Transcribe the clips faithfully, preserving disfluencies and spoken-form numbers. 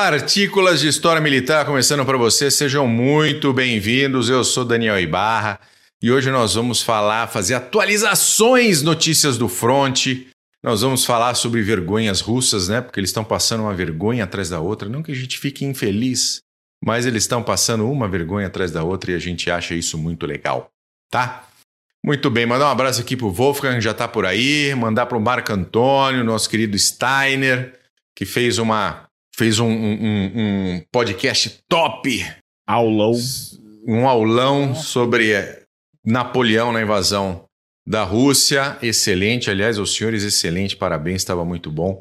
Partículas de História Militar começando para você, sejam muito bem-vindos. Eu sou Daniel Ibarra e hoje nós vamos falar, fazer atualizações, notícias do fronte. Nós vamos falar sobre vergonhas russas, né? Porque eles estão passando uma vergonha atrás da outra. Não que a gente fique infeliz, mas eles estão passando uma vergonha atrás da outra e a gente acha isso muito legal, tá? Muito bem, mandar um abraço aqui pro Wolfgang, que já tá por aí, mandar pro Marco Antônio, nosso querido Steiner, que fez uma fez um, um, um podcast top. Aulão. Um aulão sobre Napoleão na invasão da Rússia. Excelente, aliás, aos senhores, excelente, parabéns, estava muito bom.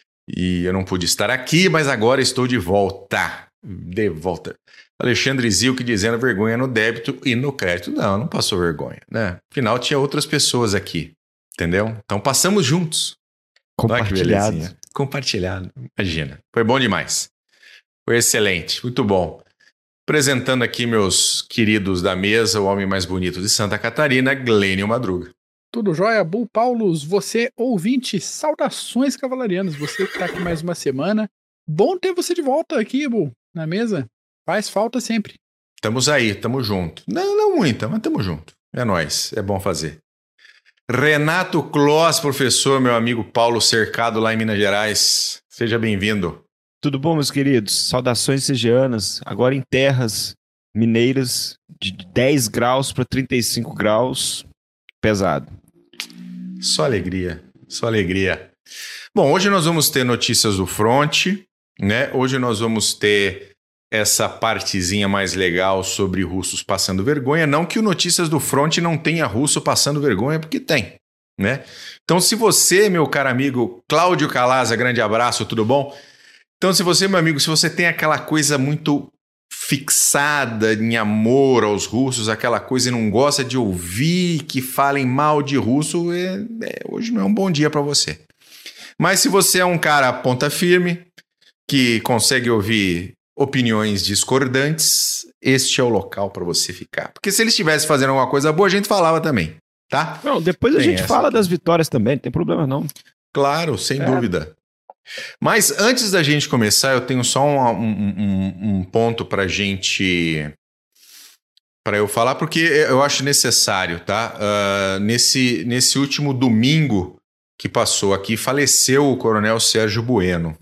E eu não pude estar aqui, mas agora estou de volta. De volta. Alexandre Zilk dizendo vergonha no débito e no crédito. Não, não passou vergonha, né? Afinal, tinha outras pessoas aqui, entendeu? Então passamos juntos. Compartilhado. Compartilhado. Imagina. Foi bom demais. Foi excelente. Muito bom. Apresentando aqui meus queridos da mesa, o homem mais bonito de Santa Catarina, Glênio Madruga. Tudo jóia? Bull Paulos, você ouvinte, saudações cavalarianas. Você que está aqui mais uma semana. Bom ter você de volta aqui, Bull, na mesa. Faz falta sempre. Estamos aí, estamos juntos. Não, não muita, mas estamos juntos. É nóis, é bom fazer. Renato Kloss, professor, meu amigo Paulo Cercado, lá em Minas Gerais. Seja bem-vindo. Tudo bom, meus queridos? Saudações segianas. Agora em terras mineiras, de dez graus para trinta e cinco graus. Pesado. Só alegria, só alegria. Bom, hoje nós vamos ter notícias do fronte, né? Hoje nós vamos ter essa partezinha mais legal sobre russos passando vergonha. Não que o Notícias do Fronte não tenha russo passando vergonha, porque tem, né? Então, se você, meu caro amigo Cláudio Calaza, grande abraço, tudo bom? Então, se você, meu amigo, se você tem aquela coisa muito fixada em amor aos russos, aquela coisa e não gosta de ouvir que falem mal de russo, é, é, hoje não é um bom dia para você. Mas se você é um cara ponta firme, que consegue ouvir opiniões discordantes, este é o local para você ficar. Porque se eles estivessem fazendo alguma coisa boa, a gente falava também, tá? Não, depois a tem gente fala aqui das vitórias também, não tem problema não. Claro, sem é. dúvida. Mas antes da gente começar, eu tenho só um, um, um, um ponto para gente... para eu falar, porque eu acho necessário, tá? Uh, nesse, nesse último domingo que passou aqui, faleceu o Coronel Sérgio Bueno.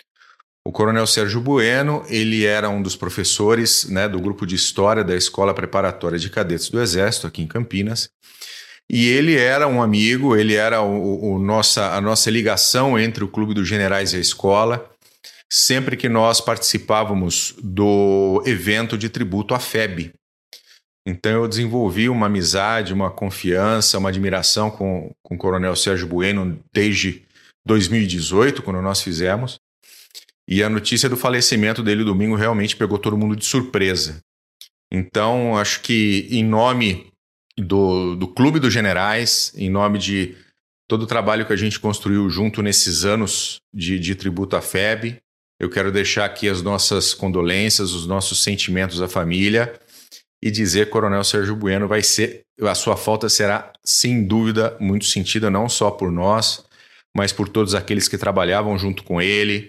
O Coronel Sérgio Bueno, ele era um dos professores, né, do grupo de História da Escola Preparatória de Cadetes do Exército, aqui em Campinas. E ele era um amigo, ele era o, o nossa, a nossa ligação entre o Clube dos Generais e a escola, sempre que nós participávamos do evento de tributo à F E B. Então eu desenvolvi uma amizade, uma confiança, uma admiração com, com o Coronel Sérgio Bueno desde dois mil e dezoito, quando nós fizemos. E a notícia do falecimento dele domingo realmente pegou todo mundo de surpresa. Então, acho que em nome do, do Clube dos Generais, em nome de todo o trabalho que a gente construiu junto nesses anos de, de tributo à F E B, eu quero deixar aqui as nossas condolências, os nossos sentimentos à família e dizer que o Coronel Sérgio Bueno vai ser, a sua falta será, sem dúvida, muito sentida, não só por nós, mas por todos aqueles que trabalhavam junto com ele,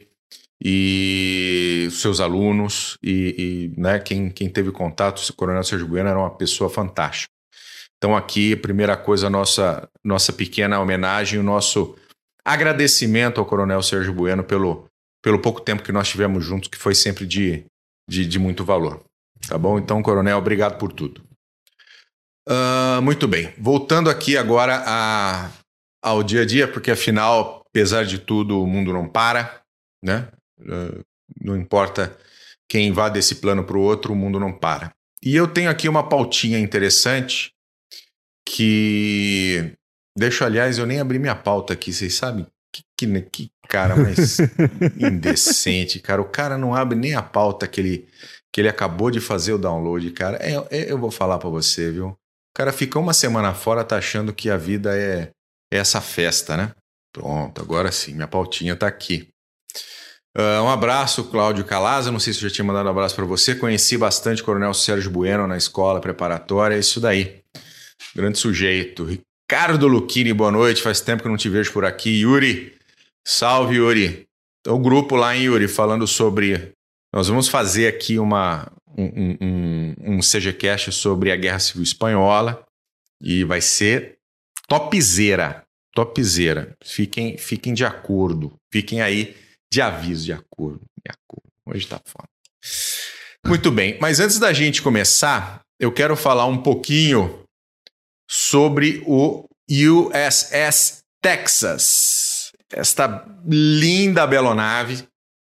e seus alunos e, e né, quem, quem teve contato, o Coronel Sérgio Bueno era uma pessoa fantástica. Então aqui, a primeira coisa, a nossa, nossa pequena homenagem, o nosso agradecimento ao Coronel Sérgio Bueno pelo, pelo pouco tempo que nós tivemos juntos, que foi sempre de, de, de muito valor. Tá bom? Então, Coronel, obrigado por tudo. Uh, muito bem. Voltando aqui agora a, ao dia a dia, porque afinal, apesar de tudo, o mundo não para, né? Uh, não importa quem vá desse plano para o outro, o mundo não para. E eu tenho aqui uma pautinha interessante que... Deixa, aliás, eu nem abri minha pauta aqui, vocês sabem? Que, que, que cara mais indecente, cara. O cara não abre nem a pauta que ele, que ele acabou de fazer o download, cara. É, é, eu vou falar para você, viu? O cara fica uma semana fora, tá achando que a vida é, é essa festa, né? Pronto, agora sim, minha pautinha tá aqui. Uh, um abraço, Cláudio Calaza. Não sei se eu já tinha mandado um abraço para você. Conheci bastante o Coronel Sérgio Bueno na escola preparatória. É isso daí. Grande sujeito. Ricardo Lucchini, boa noite. Faz tempo que eu não te vejo por aqui. Yuri, salve, Yuri. Então, o grupo lá, hein, Yuri, falando sobre Nós vamos fazer aqui uma, um, um, um CGCast sobre a Guerra Civil Espanhola e vai ser topzera, topzera. Fiquem, fiquem de acordo, fiquem aí de aviso, de acordo, de acordo. Hoje tá foda. Muito bem, mas antes da gente começar, eu quero falar um pouquinho sobre o U S S Texas, esta linda belonave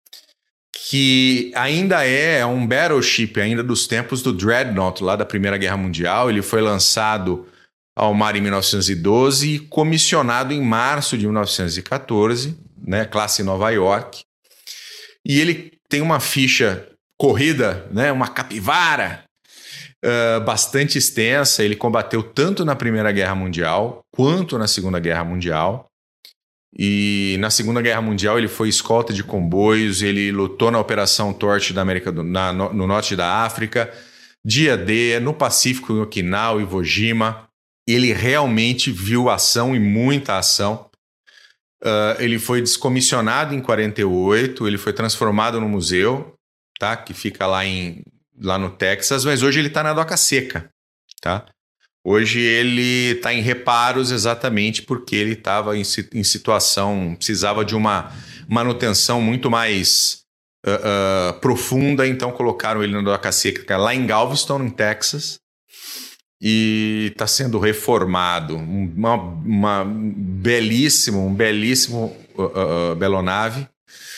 que ainda é um battleship ainda dos tempos do Dreadnought, lá da Primeira Guerra Mundial. Ele foi lançado ao mar em mil novecentos e doze e comissionado em março de mil novecentos e quatorze, né, classe Nova York. E ele tem uma ficha corrida, né, uma capivara, uh, bastante extensa. Ele combateu tanto na Primeira Guerra Mundial quanto na Segunda Guerra Mundial. E na Segunda Guerra Mundial ele foi escolta de comboios, ele lutou na Operação Torch da América do, na, no, no norte da África, Dia D, no Pacífico, em Okinawa, Iwo Jima. Ele realmente viu ação e muita ação. Uh, ele foi descomissionado em quarenta e oito, ele foi transformado no museu, tá? Que fica lá, em, lá no Texas, mas hoje ele está na doca seca, tá? Hoje ele está em reparos exatamente porque ele estava em, em situação, precisava de uma manutenção muito mais uh, uh, profunda, então colocaram ele na doca seca lá em Galveston, em Texas, e está sendo reformado. Uma, uma belíssimo, um belíssimo uh, uh, belonave.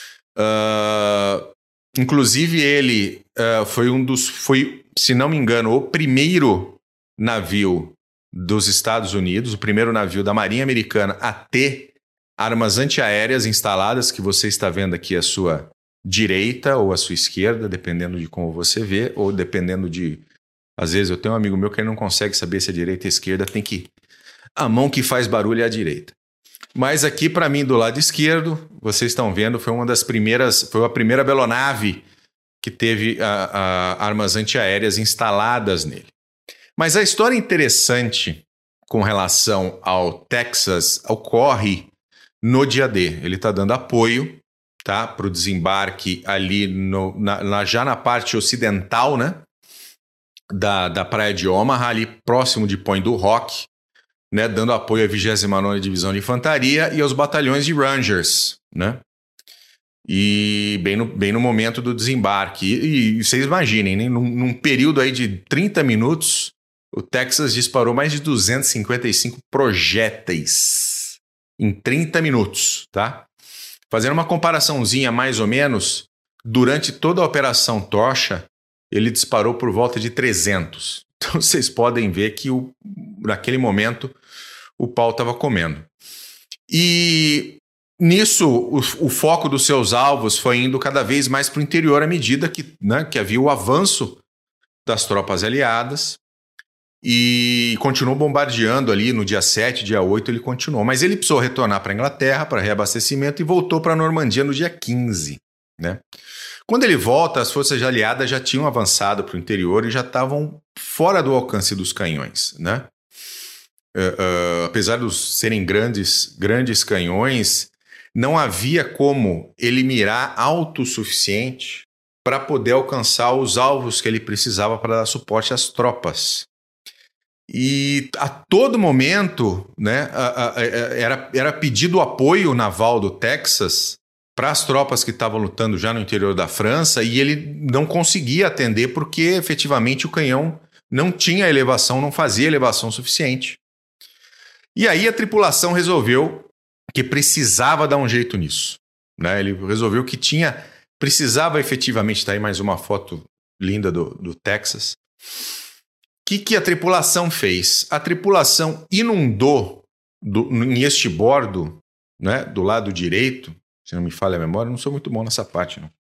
Uh, inclusive ele uh, foi um dos, foi, se não me engano, o primeiro navio dos Estados Unidos, o primeiro navio da Marinha Americana a ter armas antiaéreas instaladas, que você está vendo aqui à sua direita ou à sua esquerda, dependendo de como você vê, ou dependendo de... Às vezes eu tenho um amigo meu que ele não consegue saber se é direita ou esquerda, tem que... A mão que faz barulho é a direita. Mas aqui para mim, do lado esquerdo, vocês estão vendo, foi uma das primeiras, foi a primeira belonave que teve a, a, armas antiaéreas instaladas nele. Mas a história interessante com relação ao Texas ocorre no dia D. Ele está dando apoio, tá, para o desembarque ali no, na, na, já na parte ocidental, né, da, da praia de Omaha, ali próximo de Point do Rock, né, dando apoio à vigésima nona Divisão de Infantaria e aos batalhões de Rangers, né? E bem no, bem no momento do desembarque. E, e vocês imaginem, né, num, num período aí de trinta minutos, o Texas disparou mais de duzentos e cinquenta e cinco projéteis em trinta minutos, tá? Fazendo uma comparaçãozinha mais ou menos, durante toda a Operação Tocha, ele disparou por volta de trezentos. Então vocês podem ver que o, naquele momento o pau estava comendo. E nisso o, o foco dos seus alvos foi indo cada vez mais para o interior à medida que, né, que havia o avanço das tropas aliadas. E continuou bombardeando ali no dia sete, dia oito, ele continuou. Mas ele precisou retornar para a Inglaterra para reabastecimento e voltou para a Normandia no dia quinze, né? Quando ele volta, as forças aliadas já tinham avançado para o interior e já estavam fora do alcance dos canhões, né? Uh, uh, apesar de serem grandes, grandes canhões, não havia como ele mirar alto o suficiente para poder alcançar os alvos que ele precisava para dar suporte às tropas. E a todo momento, né, a, a, a, era, era pedido apoio naval do Texas para as tropas que estavam lutando já no interior da França, e ele não conseguia atender porque efetivamente o canhão não tinha elevação, não fazia elevação suficiente. E aí a tripulação resolveu que precisava dar um jeito nisso, né? Ele resolveu que tinha, precisava efetivamente, tá aí mais uma foto linda do, do Texas. O que, que a tripulação fez? A tripulação inundou do, em este bordo, né, do lado direito, se não me falha a memória, não sou muito bom nessa parte, não.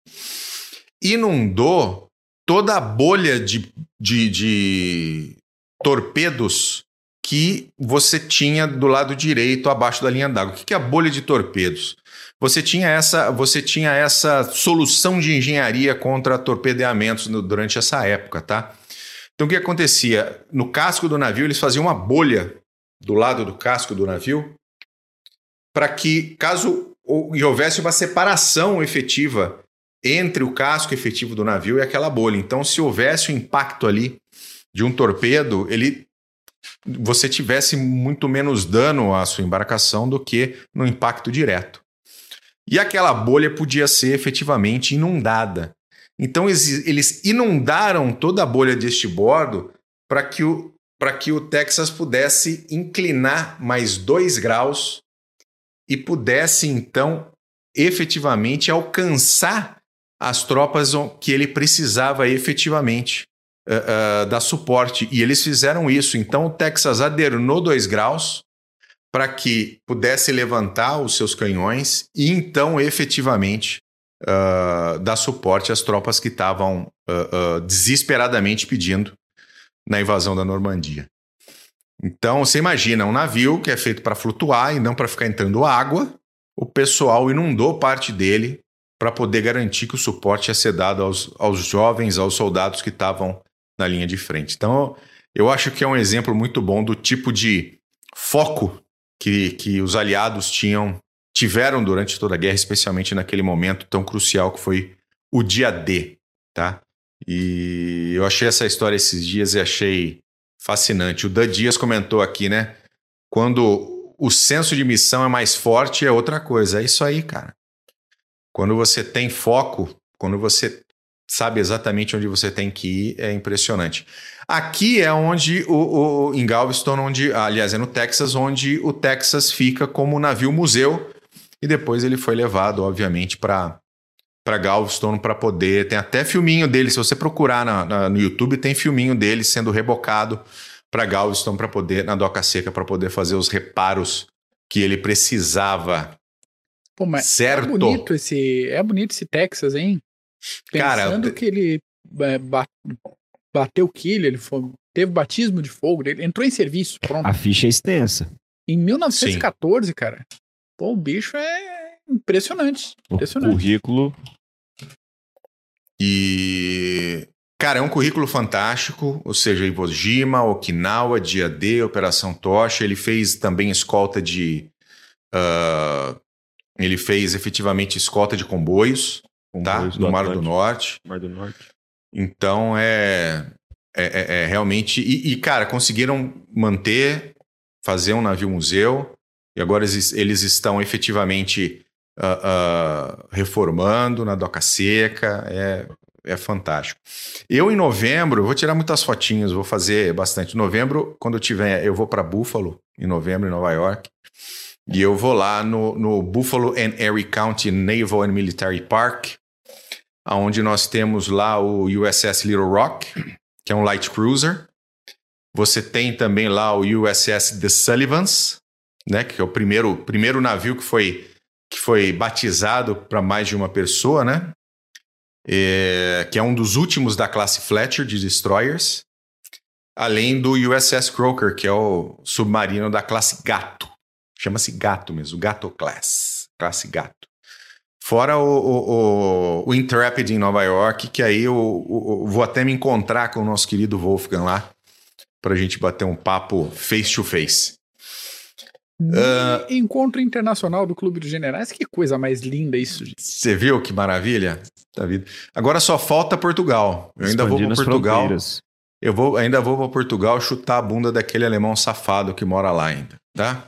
Inundou toda a bolha de, de, de torpedos que você tinha do lado direito, abaixo da linha d'água. O que, que é a bolha de torpedos? Você tinha essa, você tinha essa solução de engenharia contra torpedeamentos no, durante essa época, tá? Então, o que acontecia? No casco do navio, eles faziam uma bolha do lado do casco do navio para que, caso houvesse uma separação efetiva entre o casco efetivo do navio e aquela bolha. Então, se houvesse um impacto ali de um torpedo, ele, você tivesse muito menos dano à sua embarcação do que no impacto direto. E aquela bolha podia ser efetivamente inundada. Então, eles inundaram toda a bolha de estibordo para que o, para que o Texas pudesse inclinar mais dois graus e pudesse, então, efetivamente alcançar as tropas que ele precisava efetivamente uh, uh, dar suporte. E eles fizeram isso. Então, o Texas adernou dois graus para que pudesse levantar os seus canhões e, então, efetivamente, uh, dar suporte às tropas que estavam uh, uh, desesperadamente pedindo na invasão da Normandia. Então, você imagina um navio que é feito para flutuar e não para ficar entrando água. O pessoal inundou parte dele para poder garantir que o suporte ia ser dado aos, aos jovens, aos soldados que estavam na linha de frente. Então, eu acho que é um exemplo muito bom do tipo de foco que, que os aliados tinham, tiveram durante toda a guerra, especialmente naquele momento tão crucial que foi o dia D, tá? E eu achei essa história esses dias e achei fascinante. O Dan Dias comentou aqui, né? Quando o senso de missão é mais forte, é outra coisa. É isso aí, cara. Quando você tem foco, quando você sabe exatamente onde você tem que ir, é impressionante. Aqui é onde, o, o, em Galveston, onde, aliás, é no Texas, onde o Texas fica como navio museu. E depois ele foi levado, obviamente, para para Galveston para poder... Tem até filminho dele, se você procurar na, na, no YouTube, tem filminho dele sendo rebocado para Galveston para poder, na doca seca, para poder fazer os reparos que ele precisava. Pô, mas certo? É bonito esse, é bonito esse Texas, hein? Pensando Cara, que ele é, bateu o quilho, ele foi, teve batismo de fogo, ele entrou em serviço, pronto. A ficha é extensa. Em mil novecentos e catorze, sim, cara. Pô, o bicho é impressionante. impressionante. O currículo... E, cara, é um currículo fantástico, ou seja, Iwo Jima, Okinawa, Dia D, Operação Tocha. Ele fez também escolta de... Uh, ele fez efetivamente escolta de comboios, comboios tá? No Mar do Norte. Mar do Norte. Então, é, é, é, é realmente... E, e, cara, conseguiram manter, fazer um navio museu, e agora eles, eles estão efetivamente... Uh, uh, reformando na doca seca, é, é fantástico. Eu em novembro, vou tirar muitas fotinhas, vou fazer bastante. Em novembro, quando eu tiver, eu vou para Buffalo, em novembro, em Nova York, e eu vou lá no, no Buffalo and Erie County Naval and Military Park, onde nós temos lá o U S S Little Rock, que é um light cruiser. Você tem também lá o U S S The Sullivans, né, que é o primeiro, primeiro navio que foi que foi batizado para mais de uma pessoa, né? É, que é um dos últimos da classe Fletcher de destroyers, além do U S S Croker, que é o submarino da classe Gato. Chama-se Gato mesmo, Gato Class, classe Gato. Fora o, o, o, o Intrepid em Nova York, que aí eu, eu, eu vou até me encontrar com o nosso querido Wolfgang lá, para a gente bater um papo face to face. Uh, Encontro Internacional do Clube dos Generais, que coisa mais linda isso, gente. Você viu que maravilha? Tá vida. Agora só falta Portugal. Eu ainda vou para Portugal. Fronteiras. Eu vou, ainda vou para Portugal chutar a bunda daquele alemão safado que mora lá ainda, tá?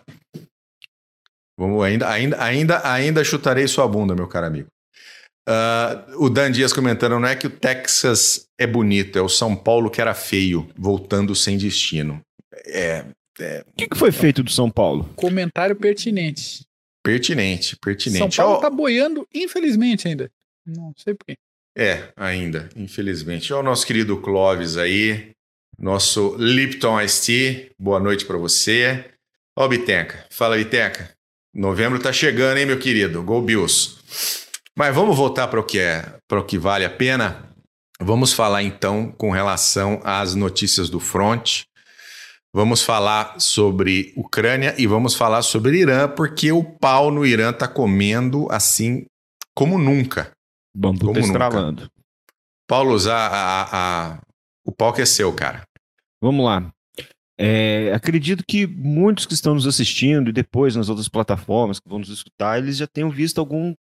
Vamos, ainda, ainda, ainda, ainda chutarei sua bunda, meu caro amigo. Uh, o Dan Dias comentando, não é que o Texas é bonito, é o São Paulo que era feio, voltando sem destino. É... É, o que, que foi feito do São Paulo? Comentário pertinente. Pertinente, pertinente. São Paulo oh, tá boiando, infelizmente, ainda. Não sei por quê. É, ainda, infelizmente. Olha o nosso querido Clóvis aí, nosso Lipton Ice Tea. Boa noite para você. Ó, Biteca. Fala, Biteca. Novembro tá chegando, hein, meu querido? Go Bills. Mas vamos voltar para o que é, para o que vale a pena. Vamos falar então com relação às notícias do front. Vamos falar sobre Ucrânia e vamos falar sobre Irã, porque o pau no Irã tá comendo assim como nunca. O bambu tá estralando. Paulo, a, a, a, o pau que é seu, cara. Vamos lá. É, acredito que muitos que estão nos assistindo e depois nas outras plataformas que vão nos escutar, eles já tenham visto algum,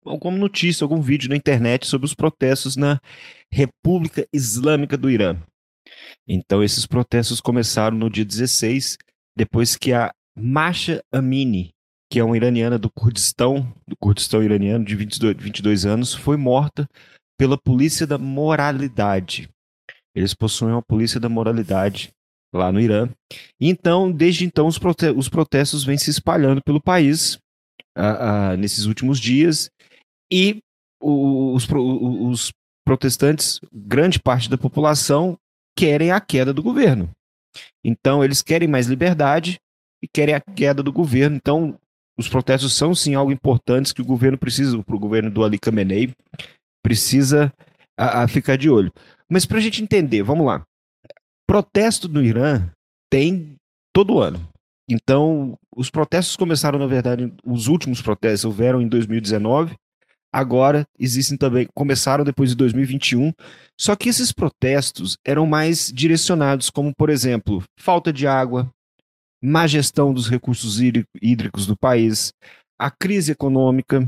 como notícia, algum vídeo na internet sobre os protestos na República Islâmica do Irã. Então, esses protestos começaram no dia dezesseis, depois que a Mahsa Amini, que é uma iraniana do Kurdistão, do Kurdistão iraniano, de vinte e dois, vinte e dois anos, foi morta pela Polícia da Moralidade. Eles possuem uma Polícia da Moralidade lá no Irã. E então, desde então, os, prote- os protestos vêm se espalhando pelo país uh, uh, nesses últimos dias. E o- os, pro- os protestantes, grande parte da população, querem a queda do governo. Então, eles querem mais liberdade e querem a queda do governo. Então, os protestos são, sim, algo importante que o governo precisa, o governo do Ali Khamenei precisa a, a ficar de olho. Mas para a gente entender, vamos lá. Protesto no Irã tem todo ano. Então, os protestos começaram, na verdade, os últimos protestos houveram em dois mil e dezenove. Agora existem também, começaram depois de dois mil e vinte e um. Só que esses protestos eram mais direcionados, como, por exemplo, falta de água, má gestão dos recursos hídri- hídricos do país, a crise econômica,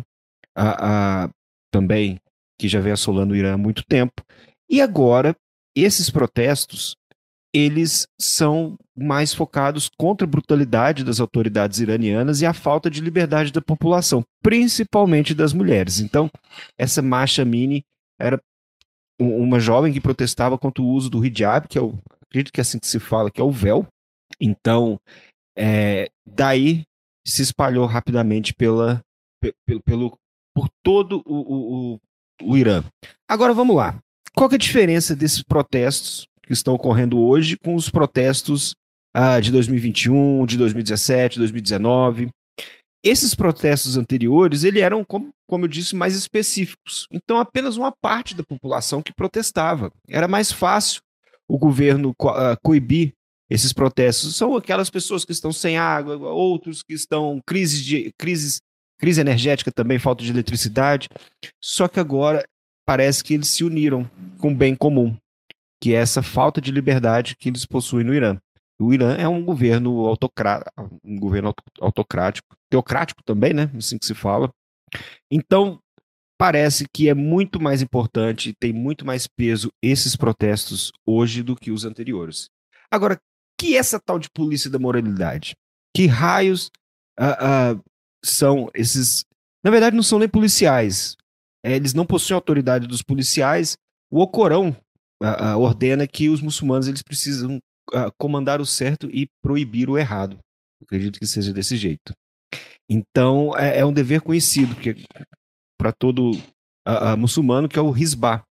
a, a- também, que já vem assolando o Irã há muito tempo. E agora, esses protestos, eles são mais focados contra a brutalidade das autoridades iranianas e a falta de liberdade da população, principalmente das mulheres. Então, essa Mahsa Amini era um- uma jovem que protestava contra o uso do hijab, que é o, acredito que é assim que se fala, que é o véu. Então, é, daí se espalhou rapidamente pela, pe- pelo, pelo- por todo o, o, o, o Irã. Agora vamos lá. Qual que é a diferença desses protestos que estão ocorrendo hoje com os protestos ah, de dois mil e vinte e um, de dois mil e dezessete, dois mil e dezenove? Esses protestos anteriores, eles eram, como, como eu disse, mais específicos. Então, apenas uma parte da população que protestava. Era mais fácil o governo co- ah, coibir esses protestos. São aquelas pessoas que estão sem água, outros que estão crises de crises, crise energética também, falta de eletricidade. Só que agora parece que eles se uniram com o bem comum, que é essa falta de liberdade que eles possuem no Irã. O Irã é um governo autocrático, um governo auto- autocrático, teocrático também, né? Assim que se fala. Então, parece que é muito mais importante, tem muito mais peso esses protestos hoje do que os anteriores. Agora, que é essa tal de polícia da moralidade? Que raios ah, ah, são esses... Na verdade, não são nem policiais. É, eles não possuem a autoridade dos policiais. O Alcorão ah, ah, ordena que os muçulmanos eles precisam ah, comandar o certo e proibir o errado. Eu acredito que seja desse jeito. Então, é, é um dever conhecido para todo ah, ah, muçulmano, que é o Hizbah.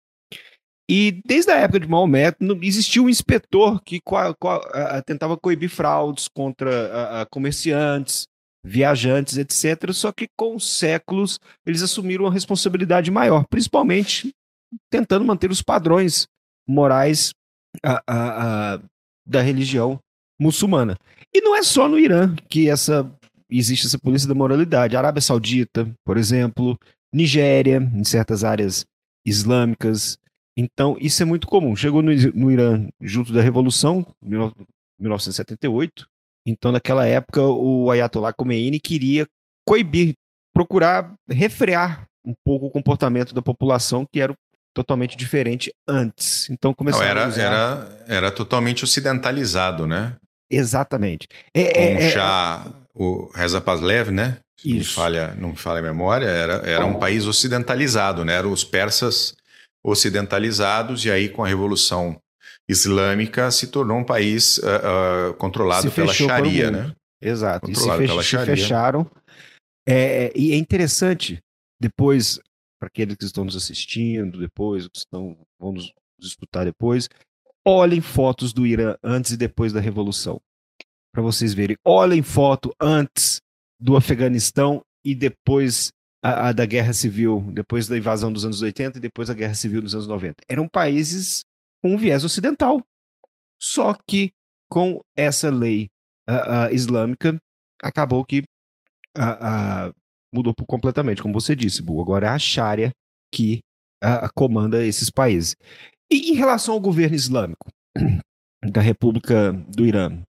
E desde a época de Maomé, no- existia um inspetor que co- co- ah, tentava coibir fraudes contra ah, ah, comerciantes, viajantes, etcétera. Só que com os séculos eles assumiram uma responsabilidade maior, principalmente tentando manter os padrões morais ah, ah, ah, da religião muçulmana. E não é só no Irã que essa, existe essa polícia da moralidade. A Arábia Saudita, por exemplo, Nigéria, em certas áreas islâmicas. Então, isso é muito comum. Chegou no, no Irã junto da Revolução, mil novecentos e setenta e oito. Então, naquela época, o Ayatollah Khomeini queria coibir, procurar refrear um pouco o comportamento da população, que era totalmente diferente antes. Então, Não, começaram era, a usar... era, era totalmente ocidentalizado, né? Exatamente. Com É, o é, é, Shah, o Reza Pahlavi, né? Se não me Isso. falha, não me falha a memória, era, era um país ocidentalizado, né? Eram os persas ocidentalizados, e aí com a Revolução Islâmica se tornou um país ah, ah, controlado Se pela fechou para o Sharia, mundo. né? Exato. E se, Controlado fech- pela se Sharia. fecharam. É, é, e é interessante, depois, para aqueles que estão nos assistindo depois, que estão, vão nos disputar depois, olhem fotos do Irã antes e depois da Revolução. Para vocês verem. Olhem foto antes do Afeganistão e depois a, a da Guerra Civil, depois da invasão dos anos oitenta e depois da Guerra Civil dos anos noventa. Eram países com um viés ocidental. Só que com essa lei ah, ah, islâmica, acabou que ah, ah, mudou por- completamente, como você disse, Bu. Agora é a Sharia que ah, comanda esses países. E em relação ao governo islâmico da República do Irã,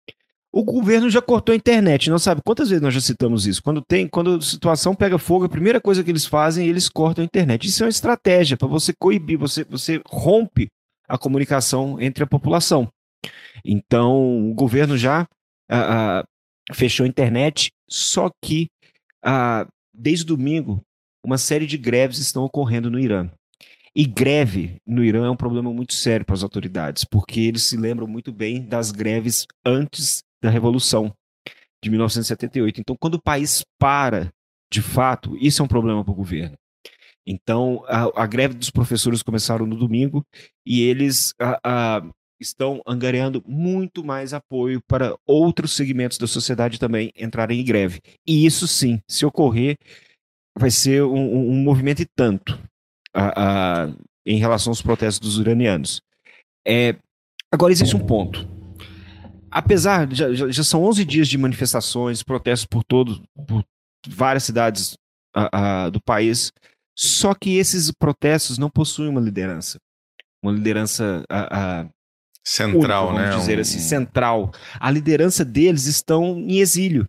O governo já cortou a internet, não sabe quantas vezes nós já citamos isso. Quando tem, quando a situação pega fogo, a primeira coisa que eles fazem, eles cortam a internet. Isso é uma estratégia para você coibir, você, você rompe a comunicação entre a população. Então, o governo já ah, ah, fechou a internet, só que ah, desde domingo, uma série de greves estão ocorrendo no Irã. E greve no Irã é um problema muito sério para as autoridades, porque eles se lembram muito bem das greves antes da Revolução de mil novecentos e setenta e oito. Então, quando o país para, de fato, isso é um problema para o governo. Então, a, a greve dos professores começaram no domingo e eles a, a, estão angariando muito mais apoio para outros segmentos da sociedade também entrarem em greve. E isso sim, se ocorrer, vai ser um, um, um movimento e tanto a, a, em relação aos protestos dos iranianos. É, agora, existe um ponto. Apesar, já, já, já são onze dias de manifestações, protestos por todo, por várias cidades a, a, do país, só que esses protestos não possuem uma liderança. Uma liderança a, a, central, única, vamos né? dizer um... assim, central. A liderança deles estão em exílio.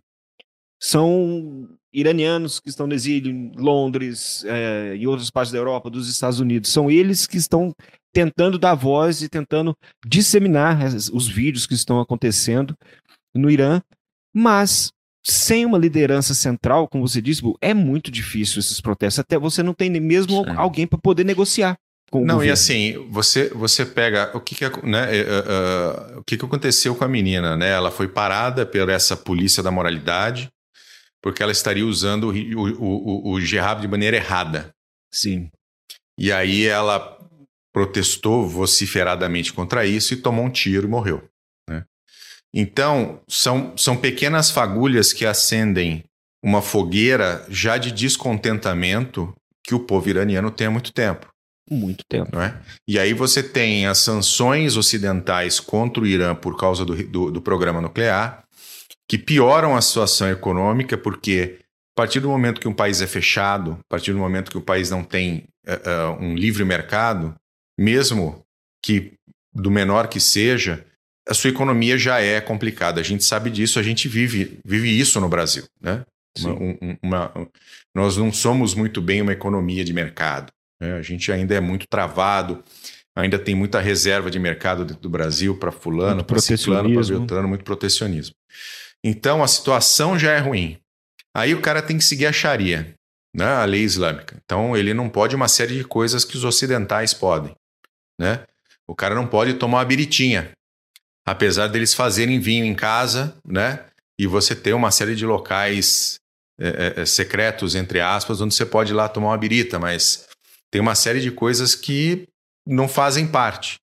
São iranianos que estão no exílio em Londres, é, em outras partes da Europa, dos Estados Unidos. São eles que estão tentando dar voz e tentando disseminar os vídeos que estão acontecendo no Irã, mas sem uma liderança central, como você disse, é muito difícil esses protestos, até você não tem nem mesmo Sim. alguém para poder negociar com o Não, governo. E assim, você, você pega, o que que, né, uh, uh, o que que aconteceu com a menina, né? Ela foi parada por essa polícia da moralidade, porque ela estaria usando o, o, o, o jihad de maneira errada. Sim. E aí ela protestou vociferadamente contra isso e tomou um tiro e morreu. Né? Então, são, são pequenas fagulhas que acendem uma fogueira já de descontentamento que o povo iraniano tem há muito tempo. Muito tempo. Não é? E aí você tem as sanções ocidentais contra o Irã por causa do, do, do programa nuclear, que pioram a situação econômica, porque a partir do momento que um país é fechado, a partir do momento que o país não tem uh, uh, um livre mercado, mesmo que do menor que seja, a sua economia já é complicada. A gente sabe disso, a gente vive, vive isso no Brasil. Né? Uma, um, uma, um, nós não somos muito bem uma economia de mercado. Né? A gente ainda é muito travado, ainda tem muita reserva de mercado dentro do Brasil para fulano, para ciclano, para beltrano, muito protecionismo. Então a situação já é ruim. Aí o cara tem que seguir a Sharia, né? A lei islâmica. Então ele não pode uma série de coisas que os ocidentais podem. Né? O cara não pode tomar uma biritinha, apesar deles fazerem vinho em casa, né? E você ter uma série de locais é, é, secretos, entre aspas, onde você pode ir lá tomar uma birita, mas tem uma série de coisas que não fazem parte.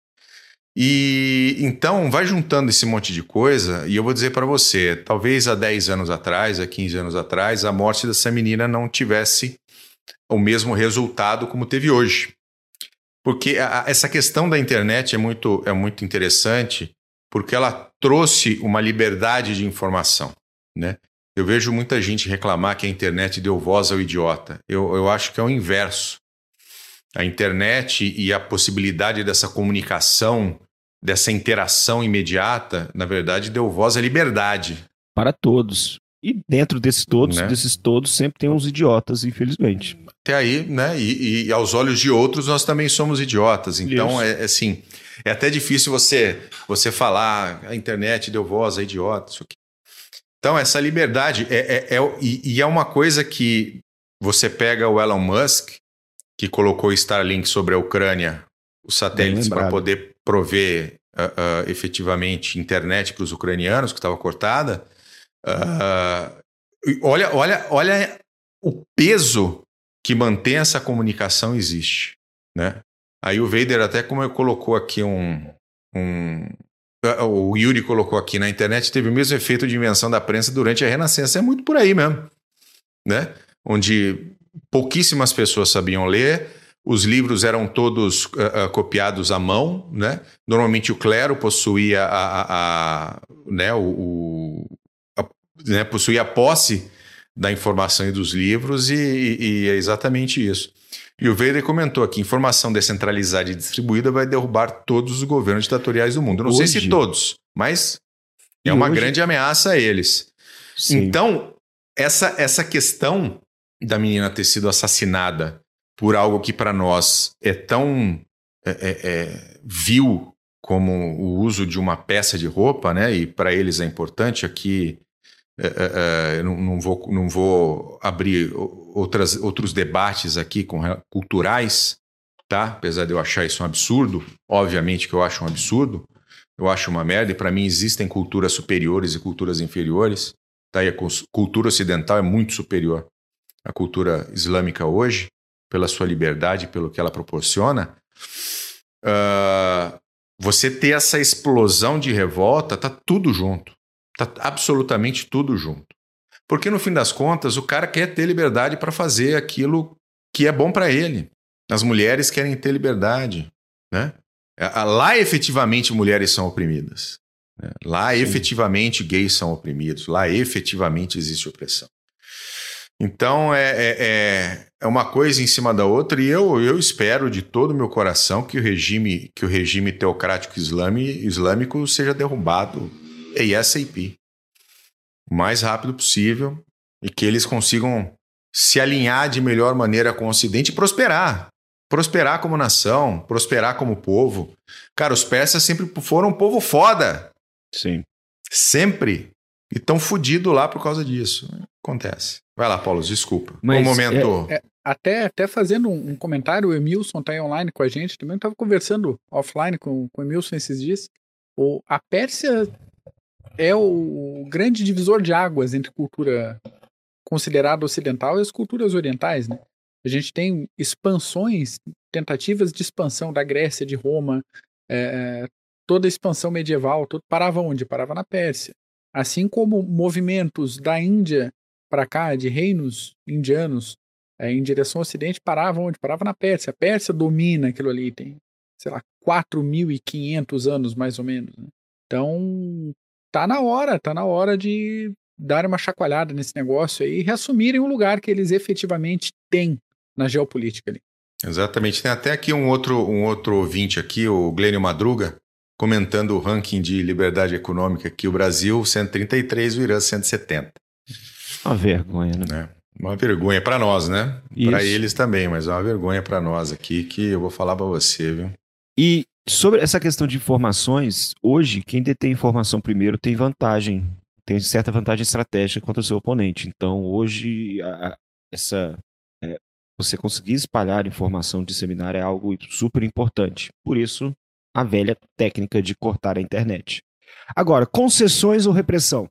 E então vai juntando esse monte de coisa, e eu vou dizer para você, talvez há dez anos atrás, há quinze anos atrás, a morte dessa menina não tivesse o mesmo resultado como teve hoje. Porque a, essa questão da internet é muito, é muito interessante, porque ela trouxe uma liberdade de informação. Né? Eu vejo muita gente reclamar que a internet deu voz ao idiota. Eu, eu acho que é o inverso. A internet e a possibilidade dessa comunicação, dessa interação imediata, na verdade, deu voz à liberdade. Para todos. E dentro desses todos, né? desses todos, sempre tem uns idiotas, infelizmente. Até aí, né? E, e aos olhos de outros, nós também somos idiotas. Então, é, é assim, é até difícil você, você falar a internet deu voz a idiotas. Isso aqui. Então, essa liberdade é, é, é, e, e é uma coisa que você pega o Elon Musk, que colocou o Starlink sobre a Ucrânia, os satélites para poder prover uh, uh, efetivamente internet para os ucranianos, que estava cortada. Uh, olha, olha, olha o peso que mantém essa comunicação existe. Né? Aí o Vader até como eu colocou aqui um... um uh, o Yuri colocou aqui na internet, teve o mesmo efeito de invenção da prensa durante a Renascença. É muito por aí mesmo. Né? Onde pouquíssimas pessoas sabiam ler, os livros eram todos uh, uh, copiados à mão, né? Normalmente o clero possuía a, a, a, né, o, o, a, né, possuía a posse da informação e dos livros, e, e, e é exatamente isso. E o Vader comentou aqui, informação descentralizada e distribuída vai derrubar todos os governos ditatoriais do mundo. Eu não Hoje, sei se todos, mas É uma hoje... grande ameaça a eles. Sim. Então, essa, essa questão da menina ter sido assassinada por algo que para nós é tão é, é, é, vil como o uso de uma peça de roupa, né? E para eles é importante aqui. É, é, é, não, não, vou, não vou abrir outras, outros debates aqui com, culturais, tá? Apesar de eu achar isso um absurdo, obviamente que eu acho um absurdo, eu acho uma merda, e para mim existem culturas superiores e culturas inferiores, tá? E a cultura ocidental é muito superior à cultura islâmica hoje, pela sua liberdade, pelo que ela proporciona. Uh, você ter essa explosão de revolta, tá tudo junto. Tá absolutamente tudo junto. Porque no fim das contas, o cara quer ter liberdade para fazer aquilo que é bom para ele. As mulheres querem ter liberdade, né? Lá efetivamente mulheres são oprimidas. Né? Lá Sim. efetivamente gays são oprimidos. Lá efetivamente existe opressão. Então é, é, é uma coisa em cima da outra, e eu, eu espero de todo o meu coração que o regime, que o regime teocrático islâmico seja derrubado ASAP, o mais rápido possível, e que eles consigam se alinhar de melhor maneira com o Ocidente e prosperar. Prosperar como nação, prosperar como povo. Cara, os persas sempre foram um povo foda. Sim. Sempre. E estão fodidos lá por causa disso. Acontece. Vai lá, Paulo, desculpa. Mas um momento. É, é, até, até fazendo um, um comentário, o Emilson está aí online com a gente. Também estava conversando offline com, com o Emilson esses dias. O, a Pérsia é o, o grande divisor de águas entre cultura considerada ocidental e as culturas orientais, né? A gente tem expansões, tentativas de expansão da Grécia, de Roma, é, toda a expansão medieval, tudo parava onde? Parava na Pérsia. Assim como movimentos da Índia para cá, de reinos indianos é, em direção ao Ocidente, paravam onde? Parava na Pérsia. A Pérsia domina aquilo ali, tem, sei lá, quatro mil e quinhentos anos mais ou menos. Né? Então, tá na hora, tá na hora de dar uma chacoalhada nesse negócio aí e reassumirem o lugar que eles efetivamente têm na geopolítica ali. Exatamente. Tem até aqui um outro, um outro ouvinte aqui, o Glênio Madruga, comentando o ranking de liberdade econômica aqui, o Brasil cento e trinta e três, o Irã cento e setenta. Uma vergonha, né? É, uma vergonha para nós, né? Para eles também, mas é uma vergonha para nós aqui, que eu vou falar para você, viu? E sobre essa questão de informações, hoje quem detém informação primeiro tem vantagem, tem certa vantagem estratégica contra o seu oponente. Então hoje a, essa é, você conseguir espalhar informação, disseminar é algo super importante. Por isso a velha técnica de cortar a internet. Agora, concessões ou repressão?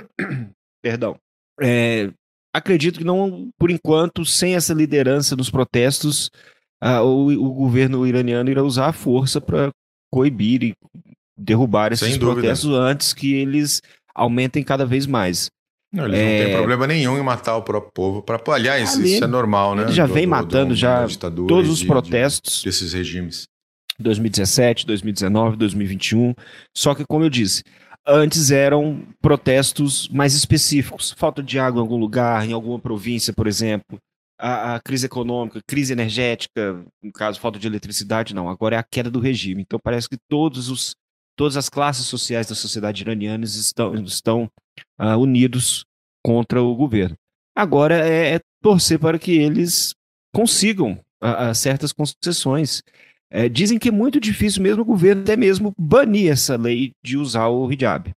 Perdão. É, acredito que não, por enquanto, sem essa liderança nos protestos, ah, o, o governo iraniano irá usar a força para coibir e derrubar esses protestos antes que eles aumentem cada vez mais. Não, eles é... não têm problema nenhum em matar o próprio povo. Pra... Aliás, ali, isso é normal, né? Ele já do, vem do, matando do, já todos os de, protestos de, desses regimes. dois mil e dezessete, dois mil e dezenove, dois mil e vinte e um. Só que, como eu disse, antes eram protestos mais específicos. Falta de água em algum lugar, em alguma província, por exemplo. A, a crise econômica, crise energética, no caso, falta de eletricidade, não. Agora é a queda do regime. Então parece que todos os, todas as classes sociais da sociedade iraniana estão, estão uh, unidos contra o governo. Agora é, é torcer para que eles consigam uh, uh, certas concessões. É, dizem que é muito difícil mesmo o governo até mesmo banir essa lei de usar o hijab.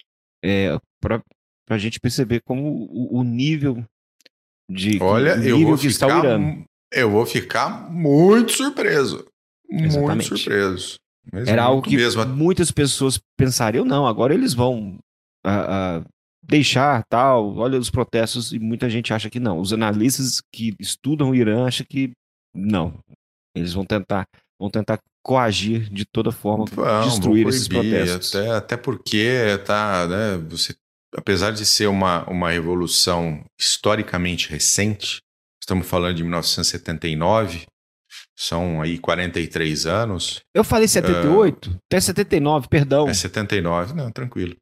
É, para a gente perceber como o, o nível de Olha, o nível eu vou que ficar, está o Irã. Eu vou ficar muito surpreso. Exatamente. Muito surpreso. Mas Era algo que mesmo. muitas pessoas pensariam, não, agora eles vão uh, uh, deixar tal, olha os protestos, e muita gente acha que não. Os analistas que estudam o Irã acham que não. Eles vão tentar vão tentar coagir de toda forma, Vão, destruir esses protestos. Até, até porque tá, né, você, apesar de ser uma, uma revolução historicamente recente, estamos falando de mil novecentos e setenta e nove, são aí quarenta e três anos. Eu falei setenta e oito? Uh, até setenta e nove, perdão. É setenta e nove, não, tranquilo.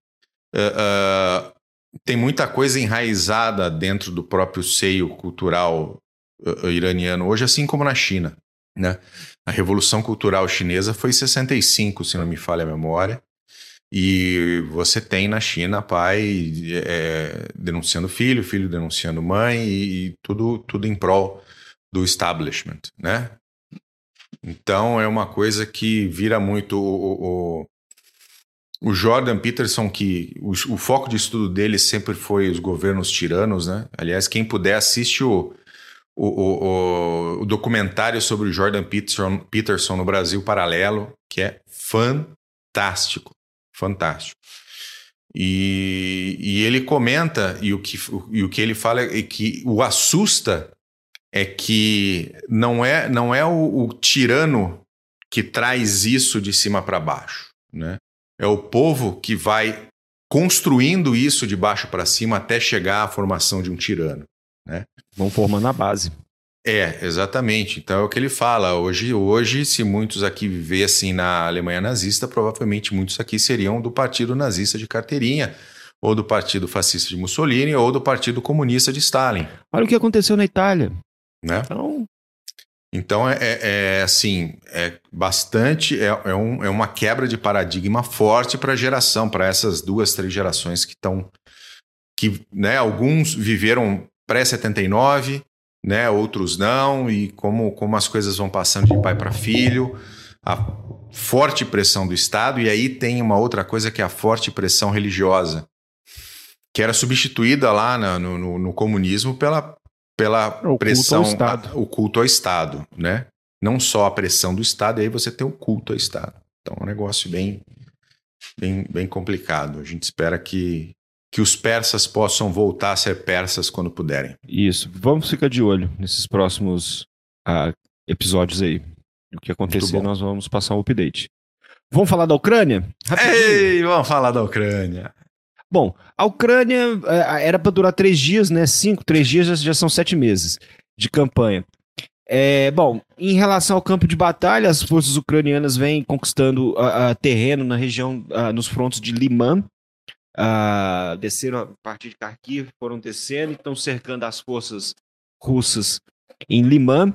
Uh, uh, tem muita coisa enraizada dentro do próprio seio cultural uh, iraniano hoje, assim como na China. Né? A Revolução Cultural Chinesa foi em sessenta e cinco, se não me falha a memória, E você tem na China pai é, denunciando filho, filho denunciando mãe e, e tudo, tudo em prol do establishment, né? Então é uma coisa que vira muito o, o, o Jordan Peterson, que o, o foco de estudo dele sempre foi os governos tiranos, né? Aliás, quem puder assiste o, o, o, o documentário sobre o Jordan Peterson, Peterson no Brasil Paralelo, que é fantástico, fantástico. E, e ele comenta, e o, que, o, e o que ele fala é que o assusta é que não é, não é o, o tirano que traz isso de cima para baixo, né? É o povo que vai construindo isso de baixo para cima até chegar à formação de um tirano, né? Vão formando a base. É, exatamente. Então é o que ele fala. Hoje, hoje, se muitos aqui vivessem na Alemanha nazista, provavelmente muitos aqui seriam do Partido Nazista de carteirinha, ou do Partido Fascista de Mussolini, ou do Partido Comunista de Stalin. Olha o que aconteceu na Itália. Né? Então, então é, é, é assim, é bastante, é, é, um, é uma quebra de paradigma forte para a geração, para essas duas, três gerações que estão, que, né, alguns viveram pré-setenta e nove, né, outros não, e como, como as coisas vão passando de pai para filho, a forte pressão do Estado, e aí tem uma outra coisa que é a forte pressão religiosa, que era substituída lá na, no, no, no comunismo pela pela o pressão, culto ao Estado. A, o culto ao Estado, né? Não só a pressão do Estado, e aí você tem o culto ao Estado. Então é um negócio bem, bem, bem complicado. A gente espera que, que os persas possam voltar a ser persas quando puderem. Isso. Vamos ficar de olho nesses próximos uh, episódios aí. O que acontecer, nós vamos passar um update. Vamos falar da Ucrânia? Rapidinho. Ei, vamos falar da Ucrânia. Bom, a Ucrânia era para durar três dias, né? Cinco, três dias já, já são sete meses de campanha. É, bom, em relação ao campo de batalha, as forças ucranianas vêm conquistando uh, uh, terreno na região, uh, nos frontos de Liman. Uh, desceram a partir de Kharkiv, foram descendo e estão cercando as forças russas em Liman.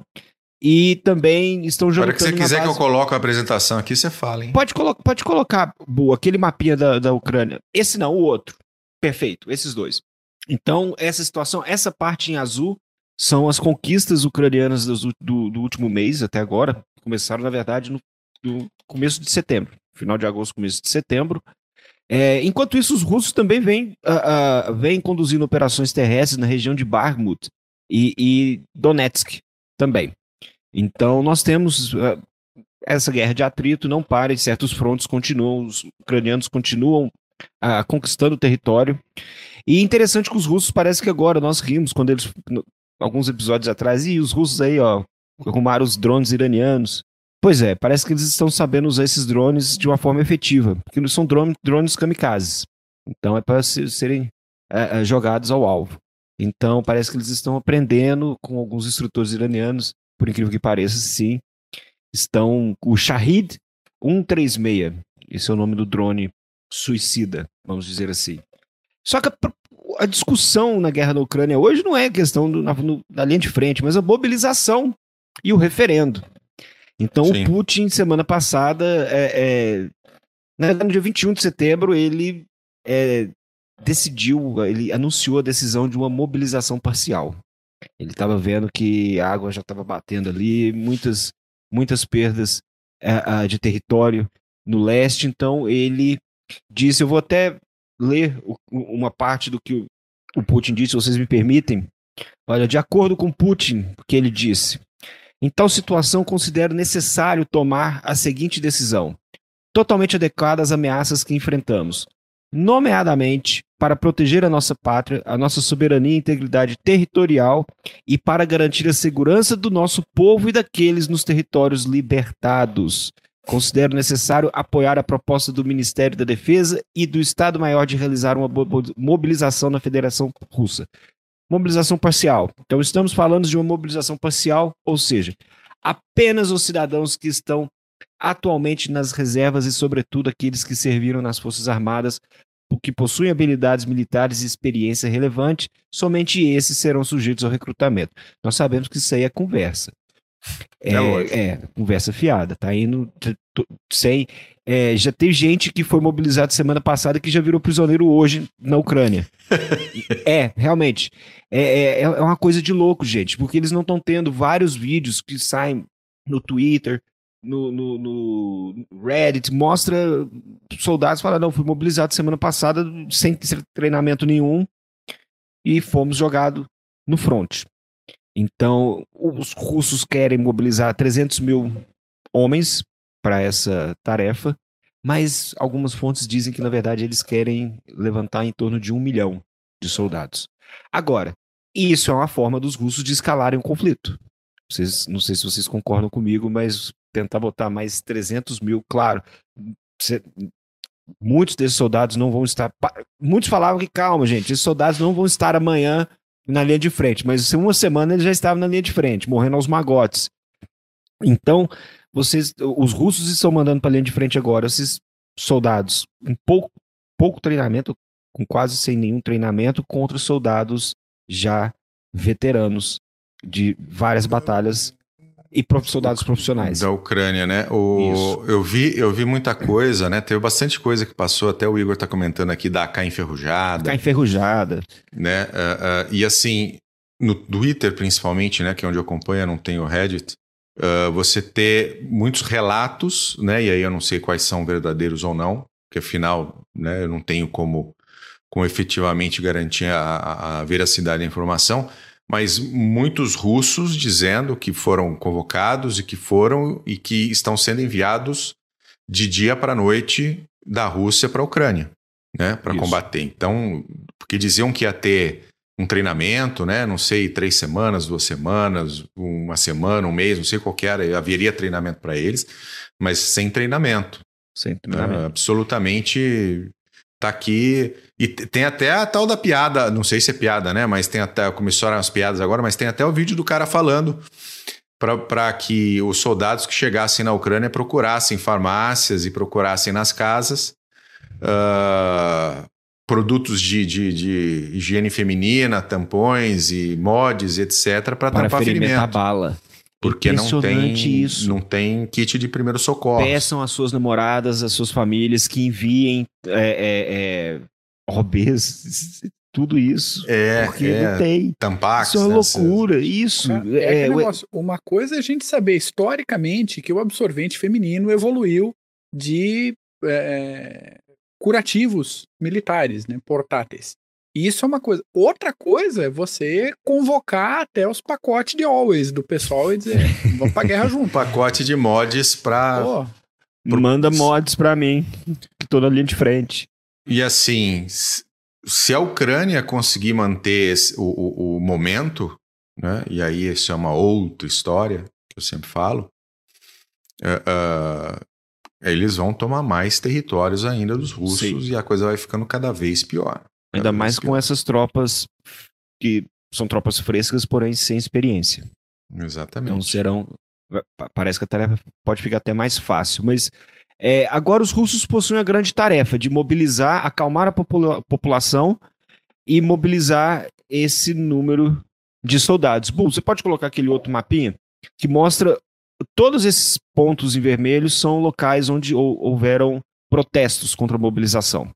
E também estão jogando. Para que você quiser base... que eu coloque a apresentação aqui, você fala, hein? Pode, colo pode colocar, Bu, aquele mapinha da, da Ucrânia. Esse não, o outro. Perfeito, esses dois. Então, essa situação, essa parte em azul são as conquistas ucranianas do, do, do último mês até agora. Começaram, na verdade, no, no começo de setembro. Final de agosto, começo de setembro. É, enquanto isso, os russos também vêm, uh, uh, vêm conduzindo operações terrestres na região de Bakhmut e, e Donetsk também. Então, nós temos uh, essa guerra de atrito, não para, e certos frontes continuam, os ucranianos continuam uh, conquistando o território. E interessante que os russos, parece que agora, nós rimos, quando eles, no, alguns episódios atrás, e os russos aí, ó, arrumaram os drones iranianos. Pois é, parece que eles estão sabendo usar esses drones de uma forma efetiva, porque eles são drones, drones kamikazes. Então, é para serem uh, uh, jogados ao alvo. Então, parece que eles estão aprendendo com alguns instrutores iranianos. Por incrível que pareça, sim, estão o Shahid cento e trinta e seis, esse é o nome do drone suicida, vamos dizer assim. Só que a, a discussão na guerra da Ucrânia hoje não é questão do, na, no, da linha de frente, mas a mobilização e o referendo. Então, sim. O Putin, semana passada, é, é, no dia vinte e um de setembro, ele é, decidiu, ele anunciou a decisão de uma mobilização parcial. Ele estava vendo que a água já estava batendo ali, muitas, muitas perdas uh, uh, de território no leste, então ele disse, eu vou até ler o, uma parte do que o, o Putin disse, se vocês me permitem. Olha, de acordo com Putin, o que ele disse, em tal situação considero necessário tomar a seguinte decisão, totalmente adequada às ameaças que enfrentamos, nomeadamente para proteger a nossa pátria, a nossa soberania e integridade territorial e para garantir a segurança do nosso povo e daqueles nos territórios libertados. Considero necessário apoiar a proposta do Ministério da Defesa e do Estado-Maior de realizar uma mobilização na Federação Russa. Mobilização parcial. Então estamos falando de uma mobilização parcial, ou seja, apenas os cidadãos que estão atualmente nas reservas e, sobretudo, aqueles que serviram nas Forças Armadas, que possuem habilidades militares e experiência relevante, somente esses serão sujeitos ao recrutamento. Nós sabemos que isso aí é conversa. É, é, é conversa fiada. Tá indo, sem, é, já teve gente que foi mobilizada semana passada que já virou prisioneiro hoje na Ucrânia. É, realmente. É, é, é uma coisa de louco, gente, porque eles não estão tendo vários vídeos que saem no Twitter, no, no, no Reddit, mostra soldados falando, não, fui mobilizado semana passada sem treinamento nenhum e fomos jogados no front. Então, os russos querem mobilizar trezentos mil homens para essa tarefa, mas algumas fontes dizem que, na verdade, eles querem levantar em torno de um milhão de soldados. Agora, isso é uma forma dos russos de escalarem o conflito. Vocês, não sei se vocês concordam comigo, mas tentar botar mais trezentos mil, claro, cê, muitos desses soldados não vão estar... Muitos falavam que, calma, gente, esses soldados não vão estar amanhã na linha de frente, mas em uma semana eles já estavam na linha de frente, morrendo aos magotes. Então, vocês, os russos estão mandando para a linha de frente agora esses soldados com pouco, pouco treinamento, com quase sem nenhum treinamento, contra soldados já veteranos de várias batalhas e soldados profissionais. Da Ucrânia, né? O, eu, vi, eu vi muita coisa, né? Teve bastante coisa que passou, até o Igor tá comentando aqui da A K enferrujada. A K enferrujada. Né? Uh, uh, e assim, no Twitter principalmente, né? Que é onde eu acompanho, não tenho o Reddit, uh, você ter muitos relatos, né? E aí eu não sei quais são verdadeiros ou não, porque afinal, né? Eu não tenho como, como efetivamente garantir a, a veracidade da informação, mas muitos russos dizendo que foram convocados e que foram e que estão sendo enviados de dia para noite da Rússia para a Ucrânia, né, para combater. Então, porque diziam que ia ter um treinamento, né, não sei, três semanas, duas semanas, uma semana, um mês, não sei qual que era, haveria treinamento para eles, mas sem treinamento. Sem treinamento. Né, absolutamente... Tá aqui, e tem até a tal da piada, não sei se é piada, né? Mas tem até, começaram as piadas agora, mas tem até o vídeo do cara falando para que os soldados que chegassem na Ucrânia procurassem farmácias e procurassem nas casas uh, produtos de, de, de higiene feminina, tampões e mods, etcétera, para tampar ferimento. A bala. Porque não tem, isso. não tem kit de primeiro socorro. Peçam às suas namoradas, às suas famílias que enviem é, é, é, robês, tudo isso. É, porque é, não tem. Tampax. Isso é uma loucura, isso. É, é é, negócio. Uma coisa é a gente saber historicamente que o absorvente feminino evoluiu de é, curativos militares, né, portáteis. Isso é uma coisa. Outra coisa é você convocar até os pacotes de Always do pessoal e dizer, vamos pra guerra junto. Pacote de mods pra... Oh, pro... Manda mods pra mim, que tô na linha de frente. E assim, se a Ucrânia conseguir manter esse, o, o, o momento, né, e aí isso é uma outra história, que eu sempre falo, uh, uh, eles vão tomar mais territórios ainda dos russos. Sim. E a coisa vai ficando cada vez pior. Ainda mais com essas tropas que são tropas frescas, porém sem experiência. Exatamente. Então serão... Parece que a tarefa pode ficar até mais fácil, mas é, agora os russos possuem a grande tarefa de mobilizar, acalmar a popula- população e mobilizar esse número de soldados. Bom, você pode colocar aquele outro mapinha que mostra todos esses pontos em vermelho são locais onde houveram protestos contra a mobilização.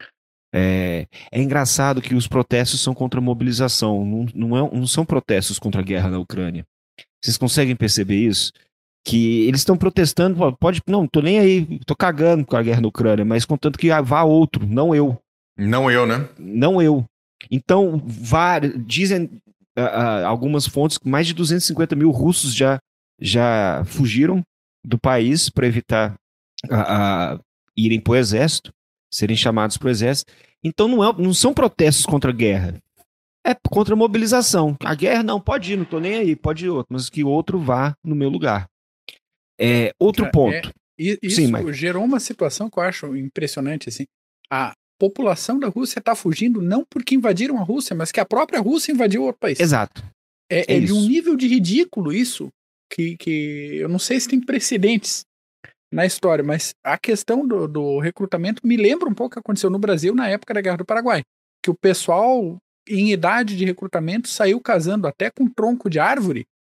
É, é engraçado que os protestos são contra a mobilização, não, não, é, não são protestos contra a guerra na Ucrânia. Vocês conseguem perceber isso? Que eles estão protestando, pode, não, tô nem aí, tô cagando com a guerra na Ucrânia, mas contanto que vá outro, não eu. Não eu, né? Não eu. Então, várias, dizem uh, uh, algumas fontes que mais de duzentos e cinquenta mil russos já, já fugiram do país para evitar uh, uh, irem para o exército, serem chamados para o exército. Então não, é, não são protestos contra a guerra, é contra a mobilização. A guerra não, pode ir, não tô nem aí, pode ir outro, mas que outro vá no meu lugar. É, outro ponto. É, isso Sim, mas... gerou uma situação que eu acho impressionante, assim. A população da Rússia está fugindo não porque invadiram a Rússia, mas que a própria Rússia invadiu outro país. Exato. É, é, é de um nível de ridículo isso, que, que eu não sei se tem precedentes na história, mas a questão do, do recrutamento me lembra um pouco o que aconteceu no Brasil na época da Guerra do Paraguai, que o pessoal em idade de recrutamento saiu casando até com tronco de árvore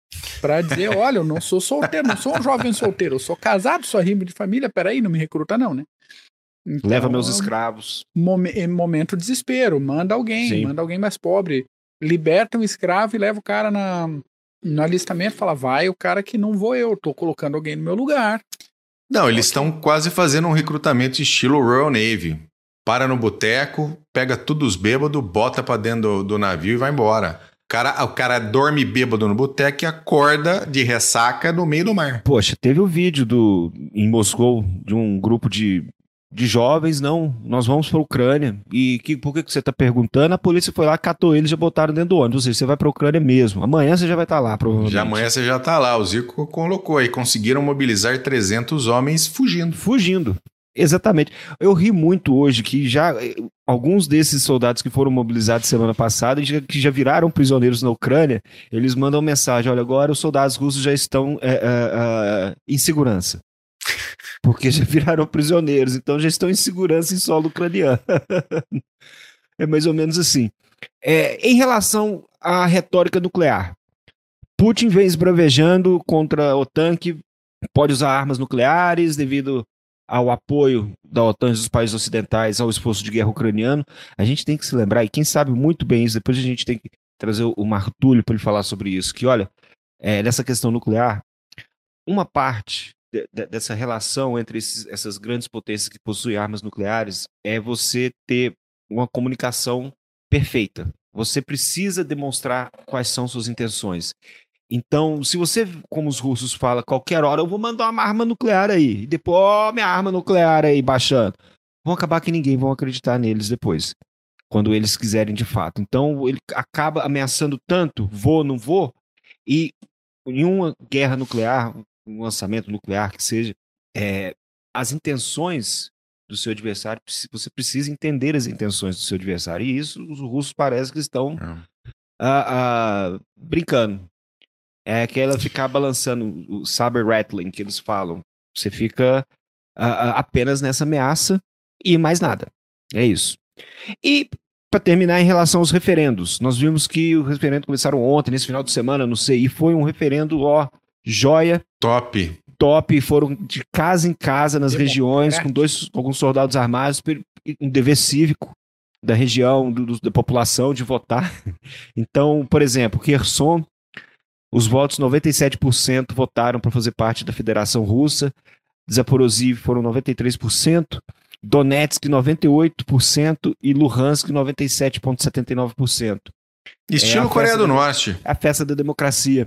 Pra dizer, olha, eu não sou solteiro, não sou um jovem solteiro, eu sou casado, sou arrimo de família, peraí, não me recruta não, né? Então, Leva meus escravos. Momen- momento desespero, manda alguém, Sim. manda alguém mais pobre, liberta um escravo e leva o cara na, no alistamento, fala, vai o cara que não vou eu, tô colocando alguém no meu lugar. Não, eles estão quase fazendo um recrutamento estilo Royal Navy. Para no boteco, pega tudo os bêbados, bota pra dentro do, do navio e vai embora. O cara, o cara dorme bêbado no boteco e acorda de ressaca no meio do mar. Poxa, teve o vídeo do, em Moscou de um grupo de, de jovens, não, nós vamos para a Ucrânia. E que, por que, que você está perguntando? A polícia foi lá, catou eles e já botaram dentro do ônibus. Ou seja, você vai para a Ucrânia mesmo. Amanhã você já vai estar lá, provavelmente. Já amanhã você já tá lá. O Zico colocou aí. Conseguiram mobilizar trezentos homens fugindo. Fugindo. Exatamente. Eu ri muito hoje que já eh, alguns desses soldados que foram mobilizados semana passada, já- que já viraram prisioneiros na Ucrânia, eles mandam mensagem: olha, agora os soldados russos já estão eh, eh, eh, em segurança. Porque já viraram prisioneiros, então já estão em segurança em solo ucraniano. É mais ou menos assim. É, em relação à retórica nuclear, Putin vem esbravejando contra a OTAN que pode usar armas nucleares devido ao apoio da OTAN e dos países ocidentais ao esforço de guerra ucraniano. A gente tem que se lembrar, e quem sabe muito bem isso, depois a gente tem que trazer o Martúlio para ele falar sobre isso, que olha, é, nessa questão nuclear, uma parte de- de- dessa relação entre esses- essas grandes potências que possuem armas nucleares é você ter uma comunicação perfeita. Você precisa demonstrar quais são suas intenções. Então, se você, como os russos falam, qualquer hora eu vou mandar uma arma nuclear aí, e depois, ó, minha arma nuclear aí baixando, vão acabar que ninguém vai acreditar neles depois, quando eles quiserem de fato. Então, ele acaba ameaçando tanto, vou, não vou, e em uma guerra nuclear, um lançamento nuclear que seja, é, as intenções do seu adversário, você precisa entender as intenções do seu adversário, e isso os russos parecem que estão ah, ah, brincando. É aquela ficar balançando o saber rattling que eles falam. Você fica ah, ah, apenas nessa ameaça e mais nada. É isso. E para terminar, em relação aos referendos, nós vimos que os referendos começaram ontem, nesse final de semana, não sei, e foi um referendo, ó, joia, Top. top, foram de casa em casa nas Democrático. regiões, com dois, com alguns soldados armados, per- um dever cívico da região, do- do- da população de votar. Então, por exemplo, Kherson, os votos, noventa e sete por cento votaram para fazer parte da Federação Russa, Zaporozhye foram noventa e três por cento, Donetsk noventa e oito por cento e Luhansk noventa e sete vírgula setenta e nove por cento. Estilo a Coreia festa do da- Norte. É a festa da democracia.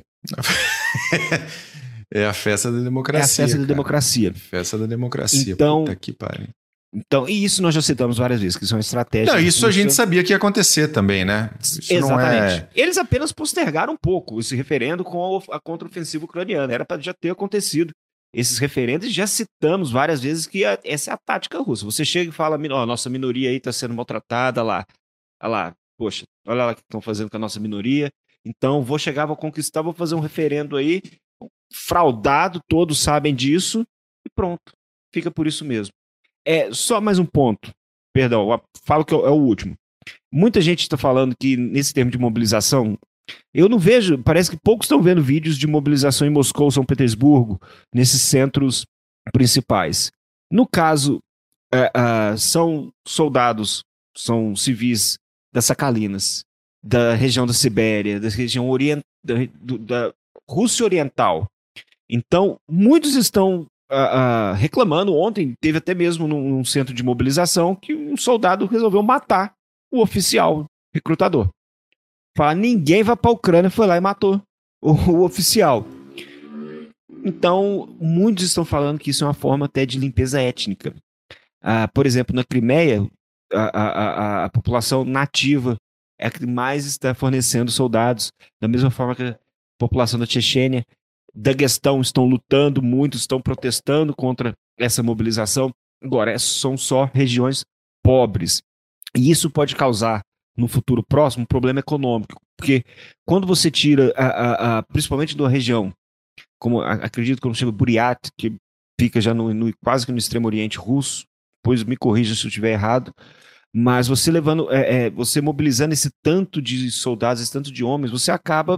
É a festa da É a democracia. festa da cara. democracia. Festa da democracia. Então- Puta que pariu. Então, e isso nós já citamos várias vezes, que isso é uma estratégia. Não, isso a russa. gente sabia que ia acontecer também, né? Isso Exatamente. não é... Eles apenas postergaram um pouco esse referendo com a, a contraofensiva ucraniana. Era para já ter acontecido. Esses referendos já citamos várias vezes que a- essa é a tática russa. Você chega e fala, ó, nossa minoria aí está sendo maltratada lá. Olha lá, poxa, olha lá o que estão fazendo com a nossa minoria. Então, vou chegar, vou conquistar, vou fazer um referendo aí, fraudado, todos sabem disso, e pronto. Fica por isso mesmo. É, só mais um ponto. Perdão, eu falo que é o é o último. Muita gente está falando que nesse termo de mobilização, eu não vejo, parece que poucos estão vendo vídeos de mobilização em Moscou, São Petersburgo, nesses centros principais. No caso, é, ah, são soldados, são civis das Sacalinas, da região da Sibéria, da região orient... da, do- da Rússia Oriental. Então, muitos estão ah, ah, reclamando. Ontem teve até mesmo num, num centro de mobilização que um soldado resolveu matar o oficial recrutador. Fala, ninguém vai para a Ucrânia, foi lá e matou o, o oficial. Então, muitos estão falando que isso é uma forma até de limpeza étnica. Ah, por exemplo, na Crimeia, a, a, a, a população nativa é a que mais está fornecendo soldados, da mesma forma que a população da Chechênia, Daguestão estão lutando muito, estão protestando contra essa mobilização. Agora, são só regiões pobres. E isso pode causar, no futuro próximo, um problema econômico. Porque quando você tira, a, a, a, principalmente de uma região, como a, acredito que eu não chamo Buriat, que fica já no, no, quase que no extremo oriente russo, pois me corrija se eu estiver errado, mas você levando, é, é, você mobilizando esse tanto de soldados, esse tanto de homens, você acaba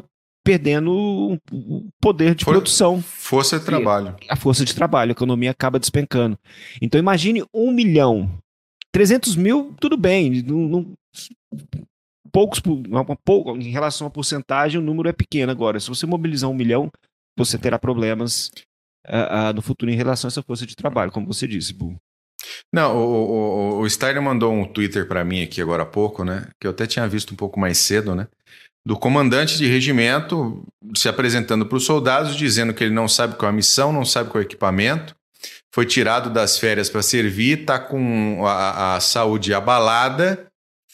perdendo o poder de For, produção. Força de trabalho. A força de trabalho, a economia acaba despencando. Então imagine um milhão, trezentos mil, tudo bem, não, não, poucos, pouco, em relação à porcentagem, o número é pequeno agora. Se você mobilizar um milhão, você terá problemas uh, uh, no futuro em relação a essa força de trabalho, como você disse, Bu. Não, o, o, o Steiner mandou um Twitter para mim aqui agora há pouco, né? Que eu até tinha visto um pouco mais cedo, né? Do comandante de regimento se apresentando para os soldados, dizendo que ele não sabe qual é a missão, não sabe qual é o equipamento, foi tirado das férias para servir, está com a, a saúde abalada,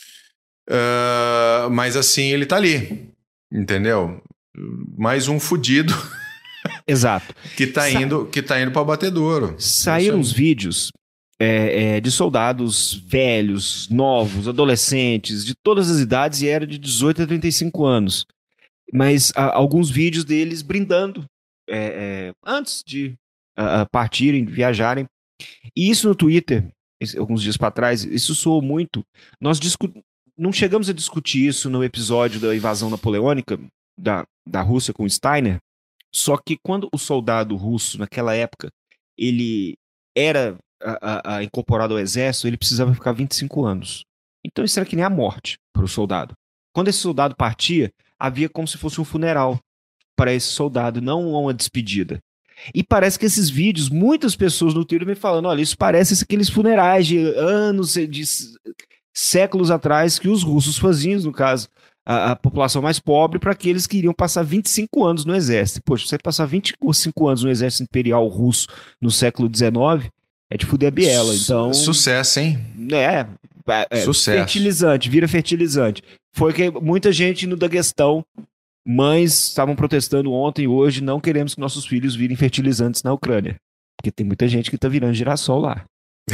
uh, mas assim ele está ali, entendeu? Mais um fudido. Exato. que está Sa- indo, que tá indo para o abatedouro. Saíram uns vídeos é, é, de soldados velhos, novos, adolescentes, de todas as idades, e era de dezoito a trinta e cinco anos. Mas a, alguns vídeos deles brindando é, é, antes de a, a partirem, viajarem. E isso no Twitter, esse, alguns dias para trás, isso soou muito. Nós discu- não chegamos a discutir isso no episódio da invasão napoleônica da, da Rússia com o Steiner, só que quando o soldado russo, naquela época, ele era a, a, a incorporado ao exército, ele precisava ficar vinte e cinco anos. Então isso era que nem a morte para o soldado. Quando esse soldado partia, havia como se fosse um funeral para esse soldado, não uma despedida. E parece que esses vídeos, muitas pessoas no Twitter me falando, olha, isso parece aqueles funerais de anos, de séculos atrás que os russos faziam, no caso, a, a população mais pobre, para aqueles que iriam passar vinte e cinco anos no exército. Poxa, você passar vinte e cinco anos no exército imperial russo no século dezenove, é de fuder a biela. Então, sucesso, hein? É, é Sucesso. Fertilizante, vira fertilizante. Foi que muita gente no Daguestão, mães estavam protestando ontem e hoje, não queremos que nossos filhos virem fertilizantes na Ucrânia. Porque tem muita gente que tá virando girassol lá.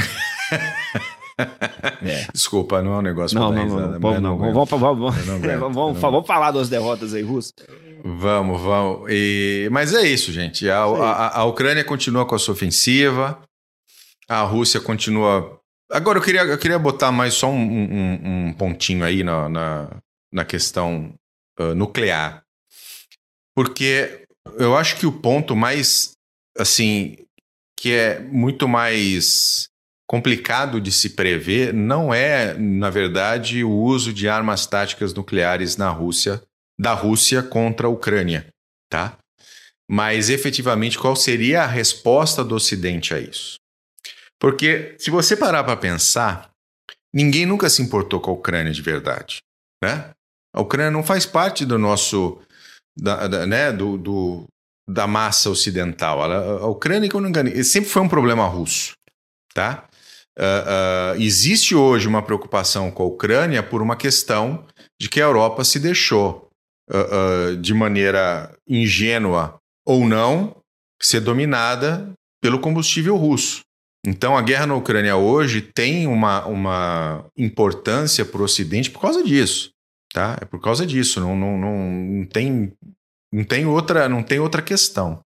É. Desculpa, não é um negócio não, pra não, dar não, risada, não, mas não, não vamos, aguento. vamos, vamos, Eu não aguento, é, eu vamos, não vamos, aguento. vamos falar das derrotas aí, Russo. Vamos, vamos. E... Mas é isso, gente. A, a, a Ucrânia continua com a sua ofensiva, a Rússia continua... Agora, eu queria, eu queria botar mais só um, um, um pontinho aí na, na, na questão uh, nuclear. Porque eu acho que o ponto mais, assim, que é muito mais complicado de se prever não é, na verdade, o uso de armas táticas nucleares na Rússia, da Rússia contra a Ucrânia, tá? Mas, efetivamente, qual seria a resposta do Ocidente a isso? Porque, se você parar para pensar, ninguém nunca se importou com a Ucrânia de verdade, né? A Ucrânia não faz parte do nosso, da, da, né, do, do, da massa ocidental. Ela, a Ucrânia, que eu não engano, sempre foi um problema russo, tá? Uh, uh, existe hoje uma preocupação com a Ucrânia por uma questão de que a Europa se deixou, uh, uh, de maneira ingênua ou não, ser dominada pelo combustível russo. Então, a guerra na Ucrânia hoje tem uma, uma importância para o Ocidente por causa disso, tá? É por causa disso, não, não, não, não, tem, não, tem, outra, não tem outra questão.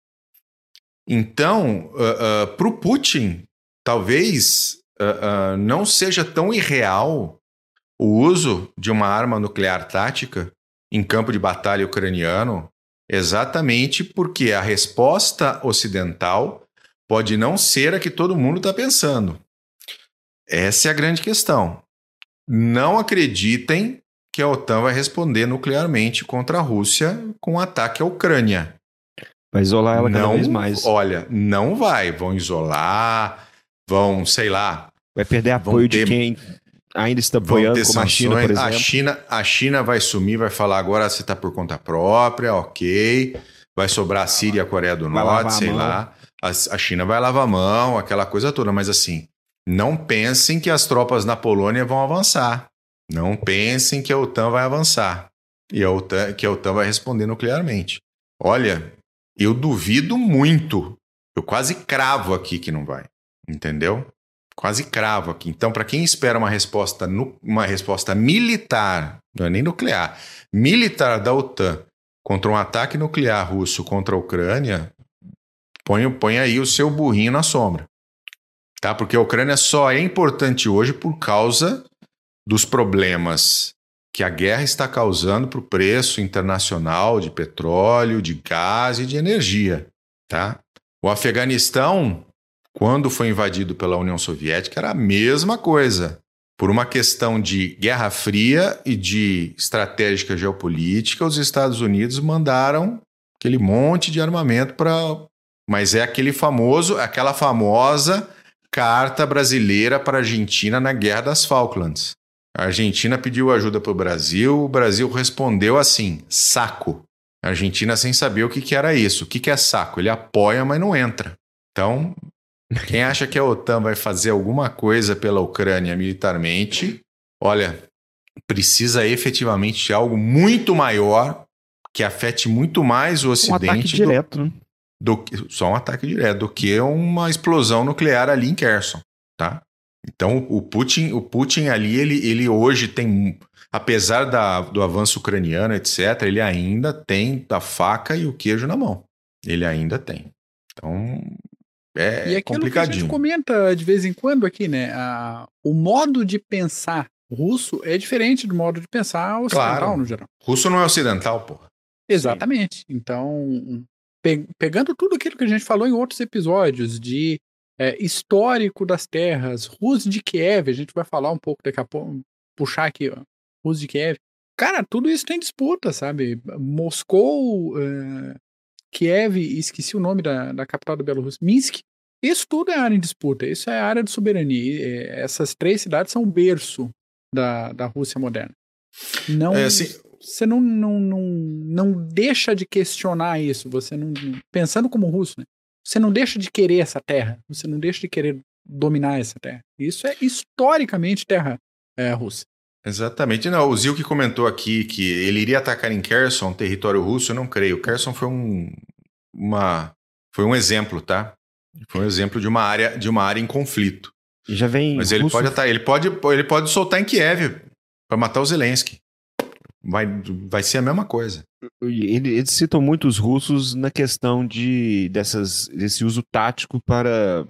Então, uh, uh, para o Putin, talvez uh, uh, não seja tão irreal o uso de uma arma nuclear tática em campo de batalha ucraniano, exatamente porque a resposta ocidental pode não ser a que todo mundo está pensando. Essa é a grande questão. Não acreditem que a OTAN vai responder nuclearmente contra a Rússia com um ataque à Ucrânia. Vai isolar ela cada não, vez mais. Olha, não vai. Vão isolar, vão, sei lá... Vai perder apoio ter, de quem ainda está apoiando, como a China, por exemplo. A China, a China vai sumir, vai falar agora você está por conta própria, ok. Vai sobrar a Síria e a Coreia do Norte, sei lá. A, a China vai lavar a mão, aquela coisa toda. Mas assim, não pensem que as tropas na Polônia vão avançar. Não pensem que a OTAN vai avançar. E a OTAN, que a OTAN vai responder nuclearmente. Olha, eu duvido muito. Eu quase cravo aqui que não vai. Entendeu? Quase cravo aqui. Então, para quem espera uma resposta, uma resposta militar, não é nem nuclear, militar da OTAN contra um ataque nuclear russo contra a Ucrânia, põe, põe aí o seu burrinho na sombra. Tá? Porque a Ucrânia só é importante hoje por causa dos problemas que a guerra está causando para o preço internacional de petróleo, de gás e de energia, tá? O Afeganistão, quando foi invadido pela União Soviética, era a mesma coisa. Por uma questão de Guerra Fria e de estratégia geopolítica, os Estados Unidos mandaram aquele monte de armamento para... Mas é aquele famoso, aquela famosa carta brasileira para a Argentina na Guerra das Falklands. A Argentina pediu ajuda para o Brasil, o Brasil respondeu assim, saco. A Argentina sem saber o que, que era isso. O que, que é saco? Ele apoia, mas não entra. Então, quem acha que a OTAN vai fazer alguma coisa pela Ucrânia militarmente, olha, precisa efetivamente de algo muito maior, que afete muito mais o Ocidente. Um ataque direto, do, né? Do, só um ataque direto, do que uma explosão nuclear ali em Kherson, tá? Então, o Putin, o Putin ali, ele, ele hoje tem, apesar da, do avanço ucraniano, etcétera, ele ainda tem a faca e o queijo na mão. Ele ainda tem. Então, é e aquilo complicadinho. Que a gente comenta de vez em quando aqui, né? A, o modo de pensar russo é diferente do modo de pensar ocidental, claro. No geral. Russo não é ocidental, porra. Exatamente. Sim. Então, pe- pegando tudo aquilo que a gente falou em outros episódios de É, histórico das terras, Rus de Kiev, a gente vai falar um pouco daqui a pouco, puxar aqui, ó, Rus de Kiev. Cara, tudo isso tem disputa, sabe? Moscou, uh, Kiev, esqueci o nome da, da capital da Bielorrússia, Minsk, isso tudo é área em disputa, isso é área de soberania. É, essas três cidades são o berço da, da Rússia moderna. Não, é, assim, você não, não, não, não deixa de questionar isso, você não, pensando como russo, né? Você não deixa de querer essa terra. Você não deixa de querer dominar essa terra. Isso é historicamente terra é, russa. Exatamente. Não, o Zil que comentou aqui que ele iria atacar em Kherson, território russo, eu não creio. Kherson foi um, uma, foi um exemplo, tá? Foi um exemplo de uma área, de uma área em conflito. E já vem Mas ele russo... pode atacar, ele pode, ele pode soltar em Kiev para matar o Zelensky. Vai, vai ser a mesma coisa. Eles citam muito os russos na questão de, dessas, desse uso tático para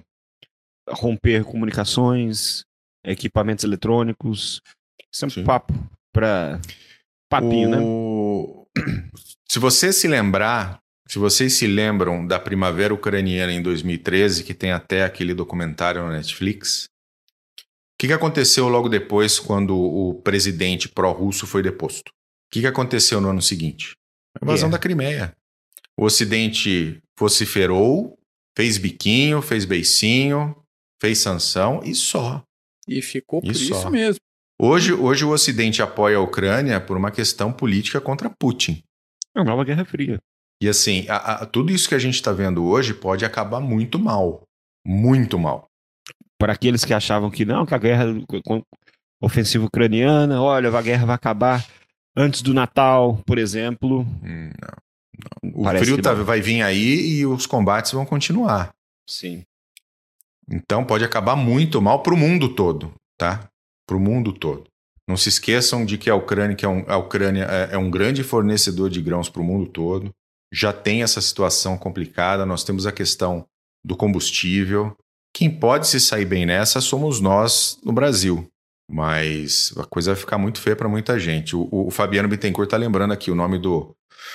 romper comunicações, equipamentos eletrônicos. Isso é um Sim. papo para papinho, o... né? Se você se lembrar, se vocês se lembram da primavera ucraniana em dois mil e treze, que tem até aquele documentário na Netflix, o que, que aconteceu logo depois quando o presidente pró-russo foi deposto? O que, que aconteceu no ano seguinte? A invasão É. da Crimeia. O Ocidente vociferou, fez biquinho, fez beicinho, fez sanção e só. E ficou por E isso só. mesmo. Hoje, hoje o Ocidente apoia a Ucrânia por uma questão política contra Putin. É uma nova Guerra Fria. E assim, a, a, tudo isso que a gente está vendo hoje pode acabar muito mal. Muito mal. Para aqueles que achavam que não, que a guerra com ofensiva ucraniana, olha, a guerra vai acabar antes do Natal, por exemplo. Hum, não, não. O Parece frio tá, não. vai vir aí e os combates vão continuar. Sim. Então pode acabar muito mal para o mundo todo, tá? Para o mundo todo. Não se esqueçam de que a Ucrânia, que é um, a Ucrânia é, é um grande fornecedor de grãos para o mundo todo. Já tem essa situação complicada. Nós temos a questão do combustível. Quem pode se sair bem nessa somos nós no Brasil. Mas a coisa vai ficar muito feia para muita gente. O, o Fabiano Bittencourt está lembrando aqui, o nome do,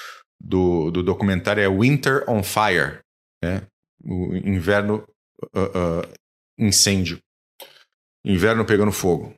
do, do documentário é Winter on Fire, né? O inverno uh, uh, incêndio. Inverno pegando fogo.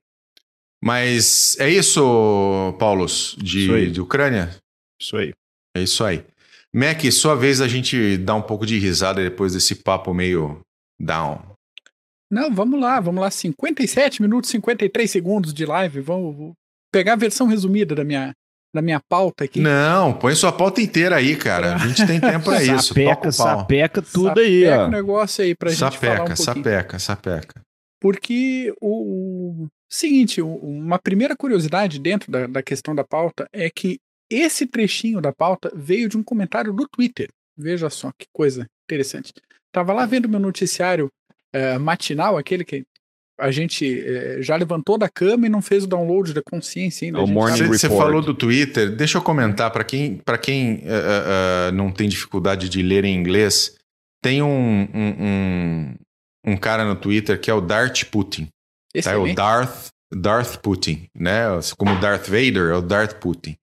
Mas é isso, Paulos, de, de Ucrânia? Isso aí. É isso aí. Mac, sua vez a gente dar um pouco de risada depois desse papo meio down. Não, vamos lá, vamos lá. cinquenta e sete minutos, cinquenta e três segundos de live. Vamos, vou pegar a versão resumida da minha, da minha pauta aqui. Não, põe sua pauta inteira aí, cara. A gente tem tempo pra isso. Sapeca, sapeca tudo sapeca aí, ó. o negócio aí pra sapeca, gente falar um pouquinho. Sapeca, sapeca. Porque o, o seguinte, o, uma primeira curiosidade dentro da, da questão da pauta é que esse trechinho da pauta veio de um comentário do Twitter. Veja só que coisa interessante. Tava lá vendo meu noticiário é, matinal, aquele que a gente é, já levantou da cama e não fez o download da consciência ainda. O Morning Report. Você falou do Twitter, deixa eu comentar para quem, pra quem uh, uh, não tem dificuldade de ler em inglês, tem um, um, um, um cara no Twitter que é o Darth Putin. Tá? É o Darth Darth Putin, né? Como Darth Vader, é o Darth Putin.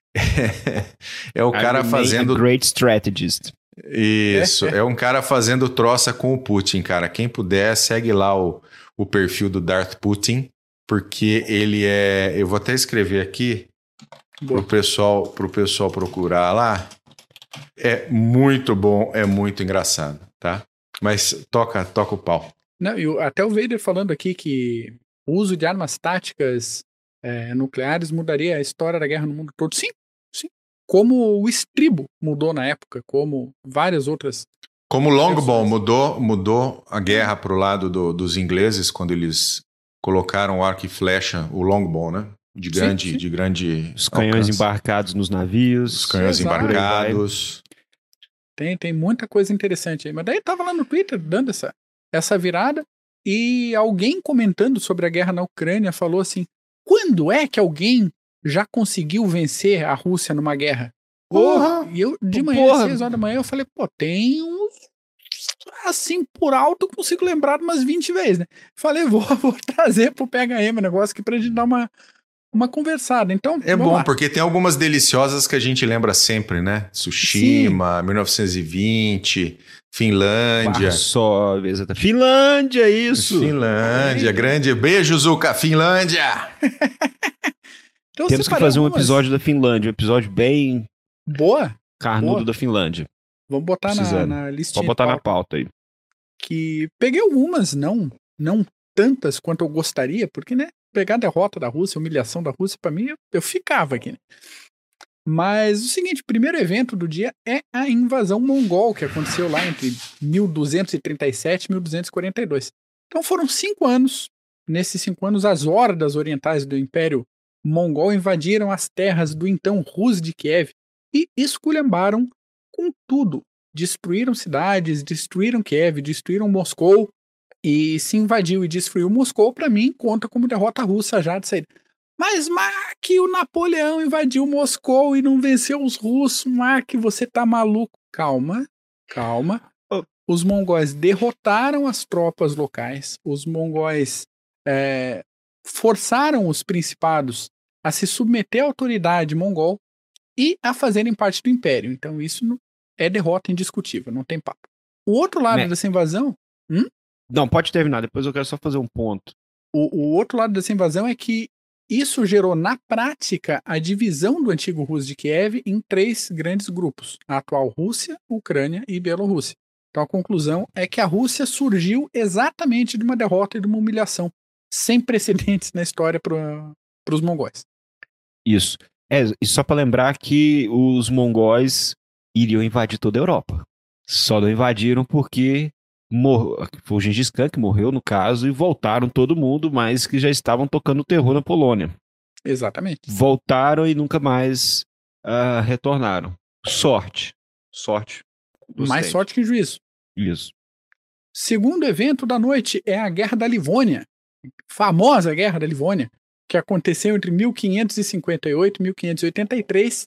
É o cara fazendo... A great strategist. Isso, é um cara fazendo troça com o Putin, cara. Quem puder, segue lá o, o perfil do Darth Putin, porque ele é... Eu vou até escrever aqui pro pessoal, pro pessoal procurar lá. É muito bom, é muito engraçado, tá? Mas toca, toca o pau. Não, e até o Vader falando aqui que o uso de armas táticas é, nucleares mudaria a história da guerra no mundo todo. Sim, sim. Como o estribo mudou na época, como várias outras. Como o longbow mudou, mudou a guerra pro lado do, dos ingleses quando eles colocaram o arco e flecha, o longbow, né? De grande, sim, sim. De grande Os canhões alcance. Embarcados nos navios. Os canhões Exato. Embarcados. Tem, tem muita coisa interessante aí. Mas daí tava lá no Twitter dando essa, essa virada e alguém comentando sobre a guerra na Ucrânia falou assim, quando é que alguém já conseguiu vencer a Rússia numa guerra? Porra! E eu, de manhã, Porra. às seis horas da manhã, eu falei, pô, tem uns, assim, por alto, eu consigo lembrar de umas vinte vezes, né? Falei, vou, vou trazer pro P H M o negócio aqui pra gente dar uma, uma conversada. Então, é bom, lá. Porque tem algumas deliciosas que a gente lembra sempre, né? Tsushima, Sim. mil novecentos e vinte, Finlândia. Varsóvia, exatamente. Finlândia, isso! Finlândia, é. grande beijo, Zuka, Finlândia! Então, temos que fazer algumas... um episódio da Finlândia, um episódio bem... Boa! Carnudo Boa. da Finlândia. Vamos botar na, na listinha. Vamos botar na pauta aí. Que peguei algumas, não, não tantas quanto eu gostaria, porque, né, pegar a derrota da Rússia, a humilhação da Rússia, pra mim, eu, eu ficava aqui, né? Mas o seguinte, o primeiro evento do dia é a invasão mongol, que aconteceu lá entre mil duzentos e trinta e sete e mil duzentos e quarenta e dois. Então foram cinco anos. Nesses cinco anos, as hordas orientais do Império Mongol invadiram as terras do então Rus de Kiev e esculhambaram com tudo. Destruíram cidades, destruíram Kiev, destruíram Moscou, e se invadiu e destruiu Moscou, para mim, conta como derrota russa já de saída. Mas, Mark, o Napoleão invadiu Moscou e não venceu os russos. Mark, você tá maluco. Calma, calma. Os mongóis derrotaram as tropas locais. Os mongóis é, forçaram os principados a se submeter à autoridade mongol e a fazerem parte do império. Então isso é derrota indiscutível, não tem papo. O outro lado né? dessa invasão... Hum? Não, pode terminar, depois eu quero só fazer um ponto. O, o outro lado dessa invasão é que isso gerou, na prática, a divisão do antigo Rus de Kiev em três grandes grupos. A atual Rússia, Ucrânia e Bielorrússia. Então a conclusão é que a Rússia surgiu exatamente de uma derrota e de uma humilhação sem precedentes na história para os mongóis. Isso. É, e só para lembrar que os mongóis iriam invadir toda a Europa. Só não invadiram porque mor... foi o Gengis Khan que morreu, no caso, e voltaram todo mundo, mas que já estavam tocando terror na Polônia. Exatamente. Voltaram e nunca mais uh, retornaram. Sorte. Sorte. Mais sorte que juízo. Isso. Segundo evento da noite é a Guerra da Livônia. Famosa Guerra da Livônia, que aconteceu entre mil quinhentos e cinquenta e oito e mil quinhentos e oitenta e três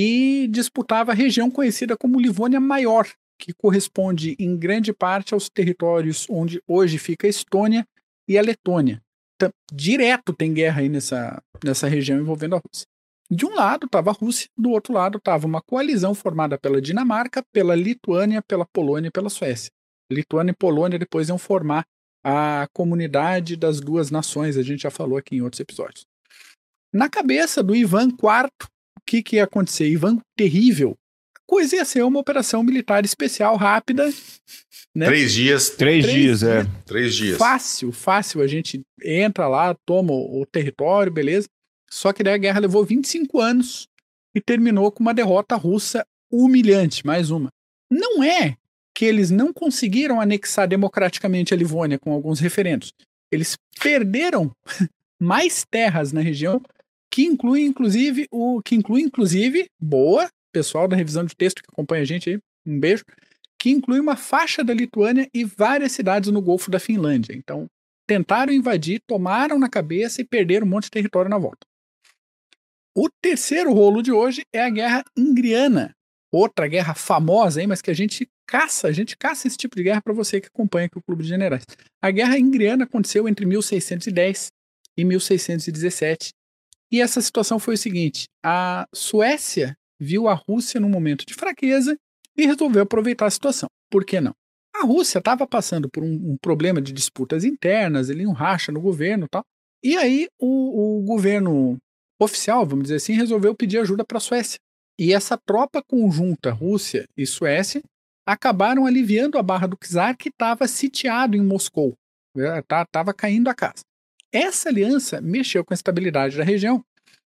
e disputava a região conhecida como Livônia Maior, que corresponde em grande parte aos territórios onde hoje fica a Estônia e a Letônia. Então, direto tem guerra aí nessa, nessa região envolvendo a Rússia. De um lado estava a Rússia, do outro lado estava uma coalizão formada pela Dinamarca, pela Lituânia, pela Polônia e pela Suécia. Lituânia e Polônia depois iam formar a comunidade das duas nações, a gente já falou aqui em outros episódios. Na cabeça do Ivan quarto, o que, que ia acontecer? Ivan Terrível. A coisa ia ser uma operação militar especial rápida. Né? Três dias. Três, Três dias, dias, é. Três dias. Fácil, fácil. A gente entra lá, toma o território, beleza? Só que daí a guerra levou vinte e cinco anos e terminou com uma derrota russa humilhante, mais uma. Não é que eles não conseguiram anexar democraticamente a Livônia com alguns referendos. Eles perderam mais terras na região, que inclui inclusive o que inclui inclusive boa, pessoal da revisão de texto que acompanha a gente aí, um beijo, que inclui uma faixa da Lituânia e várias cidades no Golfo da Finlândia. Então, tentaram invadir, tomaram na cabeça e perderam um monte de território na volta. O terceiro rolo de hoje é a Guerra Ingriana, outra guerra famosa, hein, mas que a gente caça, a gente caça esse tipo de guerra para você que acompanha aqui o Clube de Generais. A Guerra Ingriana aconteceu entre mil seiscentos e dez em mil seiscentos e dezessete. E essa situação foi o seguinte: a Suécia viu a Rússia num momento de fraqueza e resolveu aproveitar a situação. Por que não? A Rússia estava passando por um, um problema de disputas internas, ele um racha no governo e tal. E aí o, o governo oficial, vamos dizer assim, resolveu pedir ajuda para a Suécia. E essa tropa conjunta Rússia e Suécia acabaram aliviando a barra do czar, que estava sitiado em Moscou. Estava caindo a casa. Essa aliança mexeu com a estabilidade da região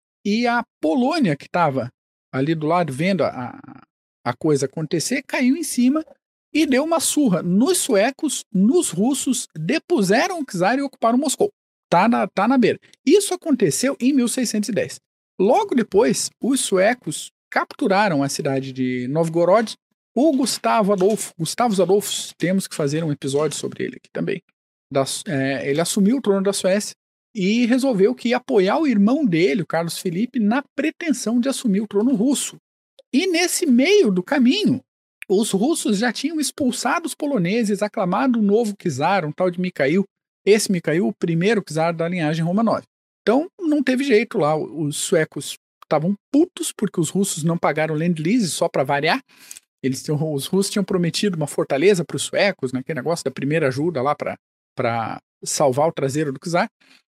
e a Polônia, que estava ali do lado vendo a, a coisa acontecer, caiu em cima e deu uma surra nos suecos, nos russos, depuseram o czar e ocuparam Moscou. Tá na, tá na beira. Isso aconteceu em mil seiscentos e dez. Logo depois, os suecos capturaram a cidade de Novgorod. O Gustavo Adolfo, Gustavo Adolfo, temos que fazer um episódio sobre ele aqui também. Da, é, ele assumiu o trono da Suécia e resolveu que ia apoiar o irmão dele, o Carlos Felipe, na pretensão de assumir o trono russo. E nesse meio do caminho, os russos já tinham expulsado os poloneses, aclamado um novo czar, um tal de Mikhail. Esse Mikhail, o primeiro czar da linhagem Romanov. Então, não teve jeito lá. Os suecos estavam putos porque os russos não pagaram Lend-Lease, só para variar. Eles, os russos tinham prometido uma fortaleza para os suecos, naquele negócio da primeira ajuda lá para salvar o traseiro do czar.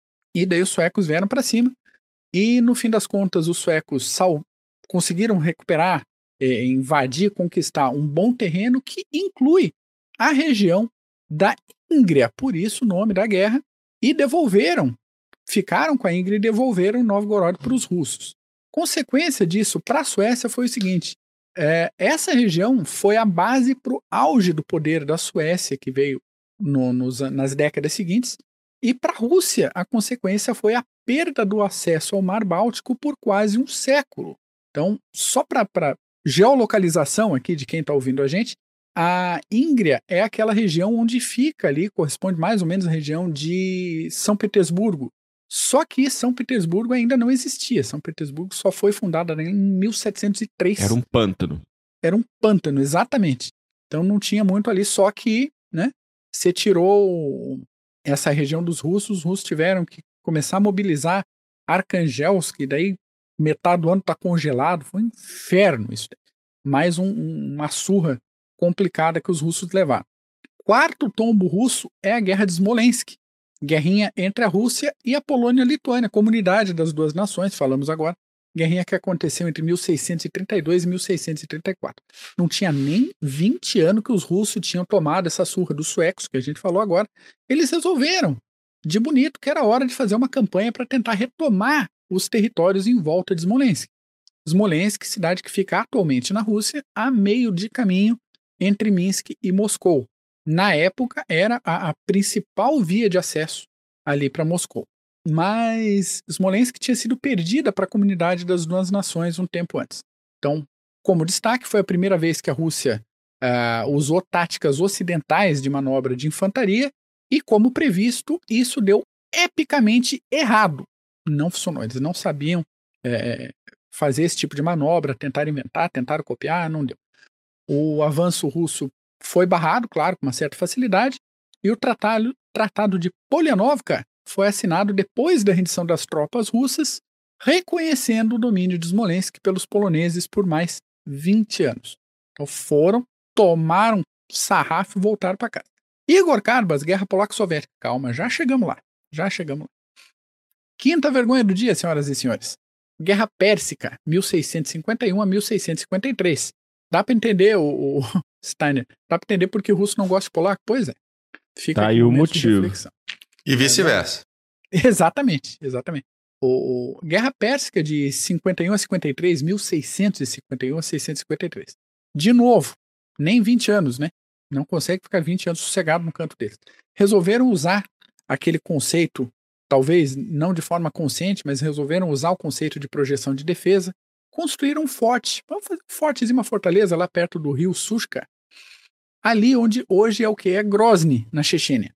E daí os suecos vieram para cima. E, no fim das contas, os suecos sal, conseguiram recuperar, é, invadir, conquistar um bom terreno que inclui a região da Íngria, por isso o nome da guerra, e devolveram, ficaram com a Íngria e devolveram Novgorod para os russos. Consequência disso para a Suécia foi o seguinte: é, essa região foi a base para o auge do poder da Suécia, que veio no, nos, nas décadas seguintes, e para a Rússia a consequência foi a perda do acesso ao Mar Báltico por quase um século. Então, só para geolocalização aqui de quem está ouvindo a gente, a Íngria é aquela região onde fica ali, corresponde mais ou menos à região de São Petersburgo. Só que São Petersburgo ainda não existia. São Petersburgo só foi fundada em mil setecentos e três. Era um pântano. Era um pântano, exatamente. Então não tinha muito ali, só que, né, você tirou essa região dos russos, os russos tiveram que começar a mobilizar Arcangelsk, que daí metade do ano está congelado. Foi um inferno isso. Mais um, uma surra complicada que os russos levaram. Quarto tombo russo é a Guerra de Smolensk, guerrinha entre a Rússia e a Polônia-Lituânia, comunidade das duas nações, falamos agora, guerrinha que aconteceu entre mil seiscentos e trinta e dois e mil seiscentos e trinta e quatro. Não tinha nem vinte anos que os russos tinham tomado essa surra dos suecos, que a gente falou agora. Eles resolveram, de bonito, que era hora de fazer uma campanha para tentar retomar os territórios em volta de Smolensk. Smolensk, cidade que fica atualmente na Rússia, a meio de caminho entre Minsk e Moscou. Na época, era a, a principal via de acesso ali para Moscou. Mas Smolensk tinha sido perdida para a comunidade das duas nações um tempo antes. Então, como destaque, foi a primeira vez que a Rússia uh, usou táticas ocidentais de manobra de infantaria e, como previsto, isso deu epicamente errado. Não funcionou, eles não sabiam é, fazer esse tipo de manobra, tentaram inventar, tentaram copiar, não deu. O avanço russo foi barrado, claro, com uma certa facilidade, e o tratado, tratado de Polianovka foi assinado depois da rendição das tropas russas, reconhecendo o domínio de Smolensk pelos poloneses por mais vinte anos. Então foram, tomaram sarrafo e voltaram para casa. Igor Karbas, Guerra Polaco-Soviética. Calma, já chegamos lá. Já chegamos lá. Quinta vergonha do dia, senhoras e senhores. Guerra Pérsica, mil seiscentos e cinquenta e um a mil seiscentos e cinquenta e três. Dá para entender, o, o Steiner, dá para entender porque o russo não gosta de polaco? Pois é. Fica tá aí o motivo. E vice-versa. É, exatamente, exatamente. O, o Guerra Pérsica de cinquenta e um a cinquenta e três, mil seiscentos e cinquenta e um a seiscentos e cinquenta e três. De novo, nem vinte anos, né? Não consegue ficar vinte anos sossegado no canto deles. Resolveram usar aquele conceito, talvez não de forma consciente, mas resolveram usar o conceito de projeção de defesa. Construíram um forte, vamos fazer um fortezinho, uma fortaleza lá perto do rio Sushka, ali onde hoje é o que? É Grozny, na Chechênia.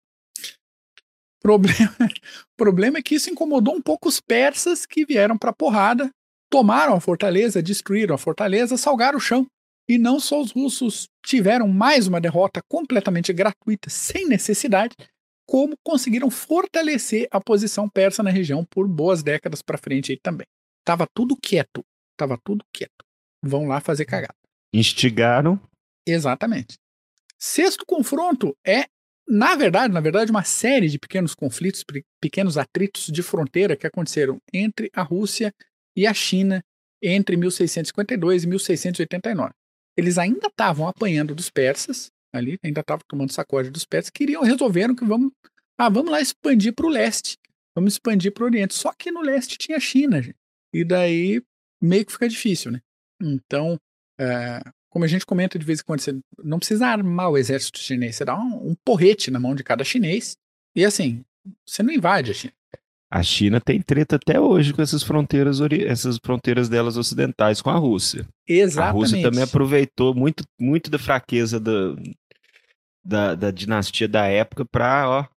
Problema, problema é que isso incomodou um pouco os persas, que vieram para a porrada, tomaram a fortaleza, destruíram a fortaleza, salgaram o chão. E não só os russos tiveram mais uma derrota completamente gratuita, sem necessidade, como conseguiram fortalecer a posição persa na região por boas décadas para frente aí também. Tava tudo quieto, tava tudo quieto. Vão lá fazer cagada. Instigaram. Exatamente. Sexto confronto é, na verdade, na verdade, uma série de pequenos conflitos, pequenos atritos de fronteira que aconteceram entre a Rússia e a China entre mil seiscentos e cinquenta e dois e mil seiscentos e oitenta e nove. Eles ainda estavam apanhando dos persas, ali, ainda estavam tomando sacode dos persas, queriam, resolveram que vamos, ah, vamos lá expandir para o leste, vamos expandir para o oriente. Só que no leste tinha a China, gente. E daí meio que fica difícil, né? Então, é, como a gente comenta de vez em quando, você não precisa armar o exército chinês, você dá um, um porrete na mão de cada chinês e assim, você não invade a China. A China tem treta até hoje com essas fronteiras, essas fronteiras delas ocidentais com a Rússia. Exatamente. A Rússia também aproveitou muito, muito da fraqueza da, da, da dinastia da época para, ó...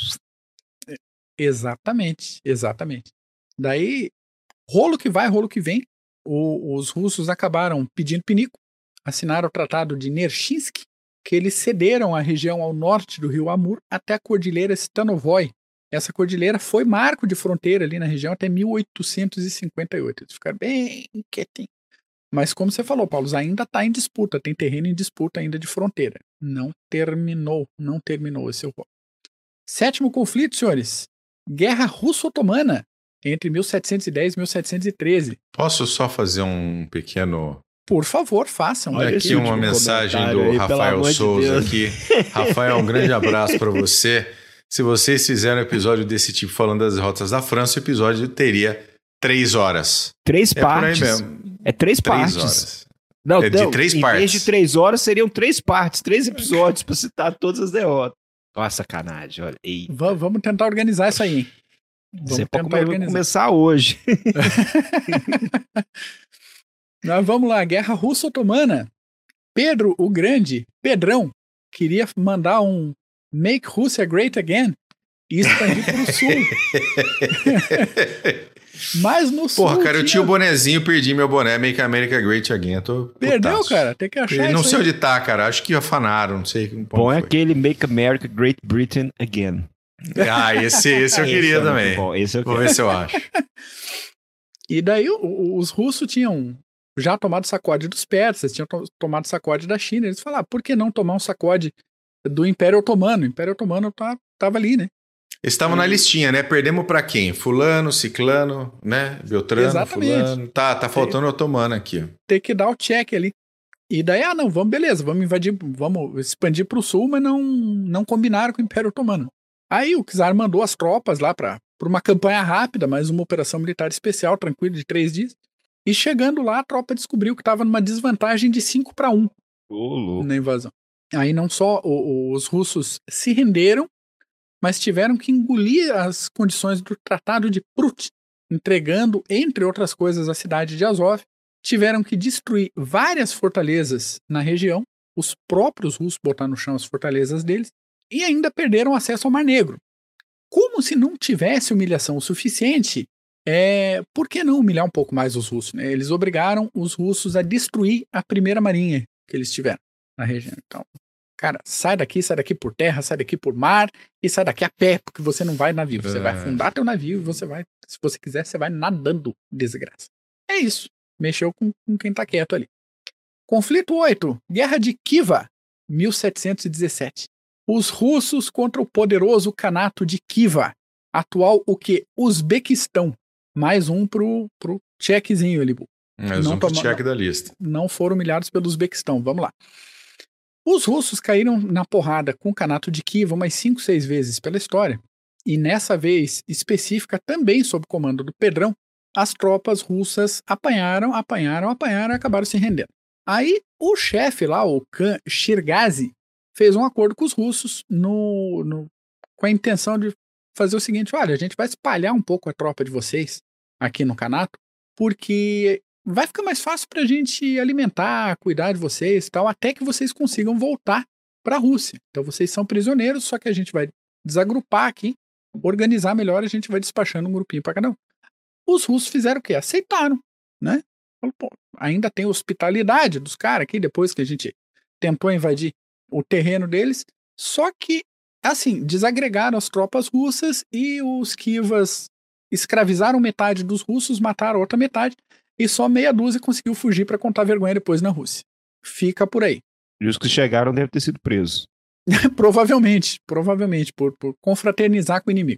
Exatamente, exatamente. Daí, rolo que vai, rolo que vem, o, os russos acabaram pedindo pinico, assinaram o Tratado de Nerchinsk, que eles cederam a região ao norte do rio Amur até a Cordilheira Stanovoy. Essa cordilheira foi marco de fronteira ali na região até mil oitocentos e cinquenta e oito. Eles ficaram bem quietinhos. Mas como você falou, Paulo, ainda está em disputa, tem terreno em disputa ainda de fronteira. Não terminou, não terminou esse rolo. Sétimo conflito, senhores. Guerra Russo-Otomana, entre mil setecentos e dez e mil setecentos e treze. Posso só fazer um pequeno... Por favor, façam. Olha aqui uma mensagem do aí, Rafael Souza de aqui. Rafael, um grande abraço para você. Se vocês fizeram um episódio desse tipo falando das derrotas da França, o episódio teria três horas. Três é partes. Por aí mesmo. É três, três partes. Horas. Não, é não, de três em partes. vez de três horas, seriam três partes, três episódios para citar todas as derrotas. Nossa, sacanagem, olha. V- vamos tentar organizar isso aí, hein? Vamos Você tentar pode organizar. começar hoje. Nós vamos lá, Guerra Russo-Otomana. Pedro o Grande, Pedrão, queria mandar um Make Russia Great Again e expandir para o sul. Mas no sul. Porra, cara, tinha... eu tinha o bonezinho, perdi meu boné, Make America Great Again. Eu tô Perdeu, putaço. cara, tem que achar Não isso sei aí. onde tá, cara. Acho que afanaram, não sei. Bom é aquele Make America Great Britain Again. Ah, esse, esse eu queria esse é também. Bom. Esse eu Vou quero. ver se eu acho. E daí o, o, os russos tinham já tomado sacode dos persas, tinham to- tomado sacode da China. Eles falaram, ah, por que não tomar um sacode do Império Otomano? O Império Otomano tá, tava ali, né? Eles estavam na listinha, né? Perdemos pra quem? Fulano, Ciclano, né? Beltrano, Exatamente. Fulano. Tá, tá faltando o otomano aqui. Ter que dar o check ali. E daí, ah, não, vamos, beleza, vamos invadir, vamos expandir pro sul, mas não, não combinaram com o Império Otomano. Aí o czar mandou as tropas lá para uma campanha rápida, mas uma operação militar especial, tranquila, de três dias. E chegando lá, a tropa descobriu que estava numa desvantagem de cinco para um Ô, louco. na invasão. Aí não só o, o, os russos se renderam, mas tiveram que engolir as condições do Tratado de Prut, entregando, entre outras coisas, a cidade de Azov. Tiveram que destruir várias fortalezas na região, os próprios russos botaram no chão as fortalezas deles, e ainda perderam acesso ao Mar Negro. Como se não tivesse humilhação o suficiente, é, por que não humilhar um pouco mais os russos? Né? Eles obrigaram os russos a destruir a primeira marinha que eles tiveram na região. Então, cara, sai daqui, sai daqui por terra, sai daqui por mar e sai daqui a pé, porque você não vai navio. Você é. vai afundar teu navio e você vai, se você quiser, você vai nadando, desgraça. É isso. Mexeu com, com quem tá quieto ali. Conflito oito. Guerra de Khiva, mil setecentos e dezessete. Os russos contra o poderoso Khanato de Khiva, atual o que? Uzbequistão. Mais um pro, pro checkzinho ali. Mais não um pro toma, check da lista. Não foram humilhados pelo Uzbequistão. Vamos lá. Os russos caíram na porrada com o Khanato de Khiva umas cinco, seis vezes pela história. E nessa vez específica, também sob comando do Pedrão, as tropas russas apanharam, apanharam, apanharam e acabaram se rendendo. Aí o chefe lá, o Khan Shirgazi, fez um acordo com os russos no, no, com a intenção de fazer o seguinte, olha, a gente vai espalhar um pouco a tropa de vocês aqui no Khanato, porque vai ficar mais fácil para a gente alimentar, cuidar de vocês e tal, até que vocês consigam voltar para a Rússia. Então vocês são prisioneiros, só que a gente vai desagrupar aqui, organizar melhor, a gente vai despachando um grupinho para cada um. Os russos fizeram o quê? Aceitaram, né? Falaram, pô, ainda tem hospitalidade dos caras aqui, depois que a gente tentou invadir o terreno deles, só que assim, desagregaram as tropas russas e os Kivas escravizaram metade dos russos, mataram a outra metade, e só meia dúzia conseguiu fugir para contar vergonha depois na Rússia. Fica por aí. E os que chegaram devem ter sido presos. Provavelmente, provavelmente, por, por confraternizar com o inimigo.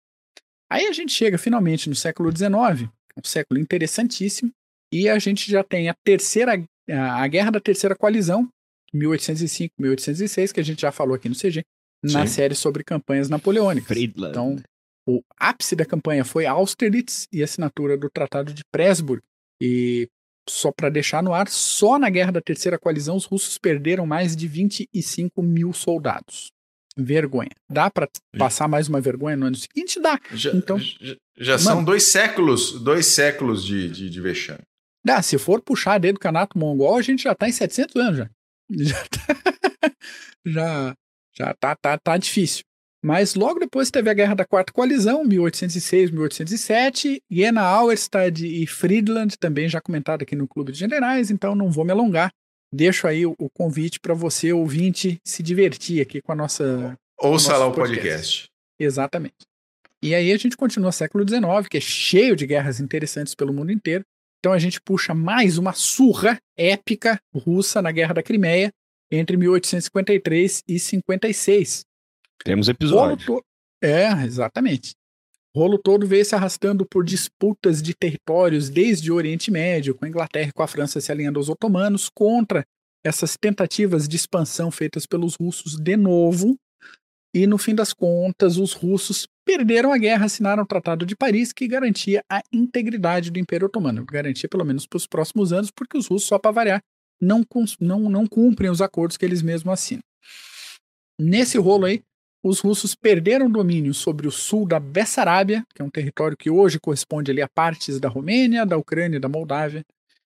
Aí a gente chega finalmente no século dezenove, um século interessantíssimo, e a gente já tem a terceira, a, a Guerra da Terceira Coalizão, mil oitocentos e cinco, mil oitocentos e seis, que a gente já falou aqui no C G, na Sim. série sobre campanhas napoleônicas. Friedland. Então, o ápice da campanha foi Austerlitz e a assinatura do Tratado de Pressburg. E só para deixar no ar, só na Guerra da Terceira Coalizão os russos perderam mais de vinte e cinco mil soldados. Vergonha. Dá para passar mais uma vergonha no ano seguinte? Dá. Já, Então, já, já são dois séculos, dois séculos de, de, de vexame. dá. Se for puxar desde o Canato Mongol, a gente já tá em setecentos anos já. Já tá, já, já tá, tá, tá difícil. Mas logo depois teve a Guerra da Quarta Coalizão, mil oitocentos e seis, mil oitocentos e sete, Jena, Auerstadt e Friedland, também já comentado aqui no Clube de Generais, então não vou me alongar. Deixo aí o, o convite para você, ouvinte, se divertir aqui com a nossa... Ouça nosso lá o podcast. podcast. Exatamente. E aí a gente continua século dezenove, que é cheio de guerras interessantes pelo mundo inteiro. Então a gente puxa mais uma surra épica russa na Guerra da Crimeia, entre mil oitocentos e cinquenta e três e cinquenta e seis. Temos Rolo episódio. to- É, exatamente. O rolo todo veio se arrastando por disputas de territórios desde o Oriente Médio, com a Inglaterra e com a França se alinhando aos otomanos, contra essas tentativas de expansão feitas pelos russos de novo. E no fim das contas, os russos perderam a guerra, assinaram o Tratado de Paris, que garantia a integridade do Império Otomano. Garantia pelo menos para os próximos anos, porque os russos, só para variar, não, cons- não, não cumprem os acordos que eles mesmos assinam. Nesse rolo aí, os russos perderam domínio sobre o sul da Bessarábia, que é um território que hoje corresponde ali a partes da Romênia, da Ucrânia e da Moldávia,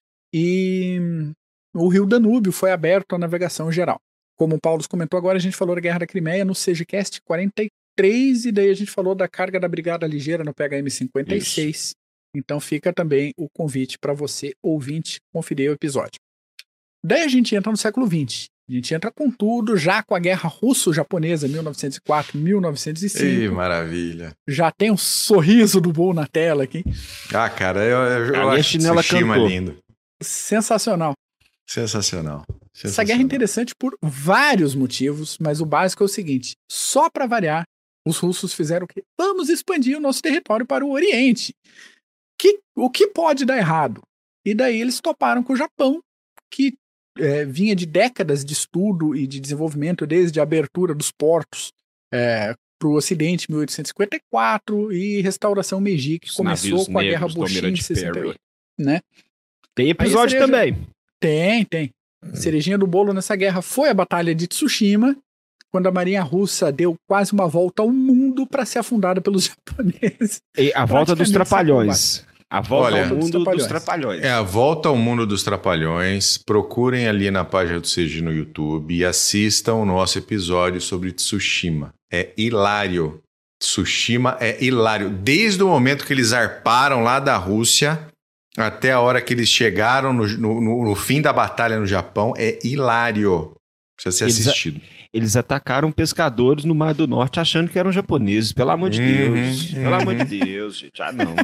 e o rio Danúbio foi aberto à navegação geral. Como o Paulo comentou agora, a gente falou da Guerra da Crimeia no C G Cast quarenta e três, e daí a gente falou da carga da Brigada Ligeira no P H M cinquenta e seis. Então fica também o convite para você, ouvinte, conferir o episódio. Daí a gente entra no século vinte. A gente entra com tudo, já com a Guerra Russo-Japonesa, mil novecentos e quatro, mil novecentos e cinco. Ih, maravilha. Já tem um sorriso do Bull na tela aqui. Ah, cara, eu, eu, eu A minha acho chinela Tsushima cantou. lindo. Sensacional. Sensacional. Essa Sensacional. guerra é interessante por vários motivos, mas o básico é o seguinte: só para variar, os russos fizeram o quê? Vamos expandir o nosso território para o Oriente. Que, o que pode dar errado? E daí eles toparam com o Japão, que é, vinha de décadas de estudo e de desenvolvimento, desde a abertura dos portos é, para o Ocidente, mil oitocentos e cinquenta e quatro, e restauração Meiji, que Os começou navios com a Guerra negros do Boshin em Almirante sessenta e oito. Perry. Né? Tem episódio cereja- também. Tem, tem. Cerejinha do bolo nessa guerra foi a Batalha de Tsushima, quando a Marinha Russa deu quase uma volta ao mundo para ser afundada pelos japoneses. E a volta dos Praticamente Trapalhões. A volta Olha, ao mundo Trapalhões. dos Trapalhões. É a volta ao mundo dos Trapalhões. Procurem ali na página do C G no YouTube e assistam o nosso episódio sobre Tsushima. É hilário. Tsushima é hilário. Desde o momento que eles zarparam lá da Rússia até a hora que eles chegaram no, no- no- no fim da batalha no Japão, é hilário. Precisa ser Eles- assistido. Eles atacaram pescadores no Mar do Norte achando que eram japoneses. Pelo amor de Uhum, Deus. uhum. Pelo amor de Deus, gente. Ah, não.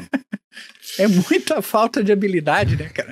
É muita falta de habilidade, né, cara?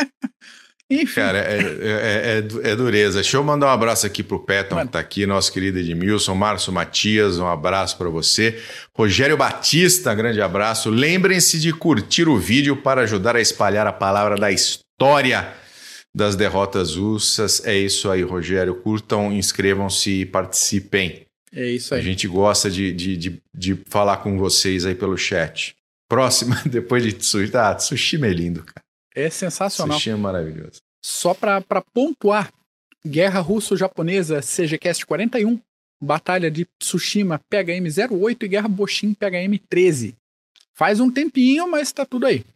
Enfim, Cara, é, é- é du- é dureza. Deixa eu mandar um abraço aqui pro Peton, Mano. que tá aqui, nosso querido Edmilson, Márcio Matias, um abraço para você. Rogério Batista, grande abraço. Lembrem-se de curtir o vídeo para ajudar a espalhar a palavra da história das derrotas russas. É isso aí, Rogério. Curtam, inscrevam-se e participem. é isso A aí. gente gosta de, de, de, de falar com vocês aí pelo chat. Próxima, depois de Tsushima. Ah, Tsushima é lindo, cara. É sensacional. Tsushima é maravilhoso. Só para pontuar, Guerra Russo-Japonesa C G Cast quarenta e um, Batalha de Tsushima P H M zero oito e Guerra Boshin P H M treze. Faz um tempinho, mas tá tudo aí.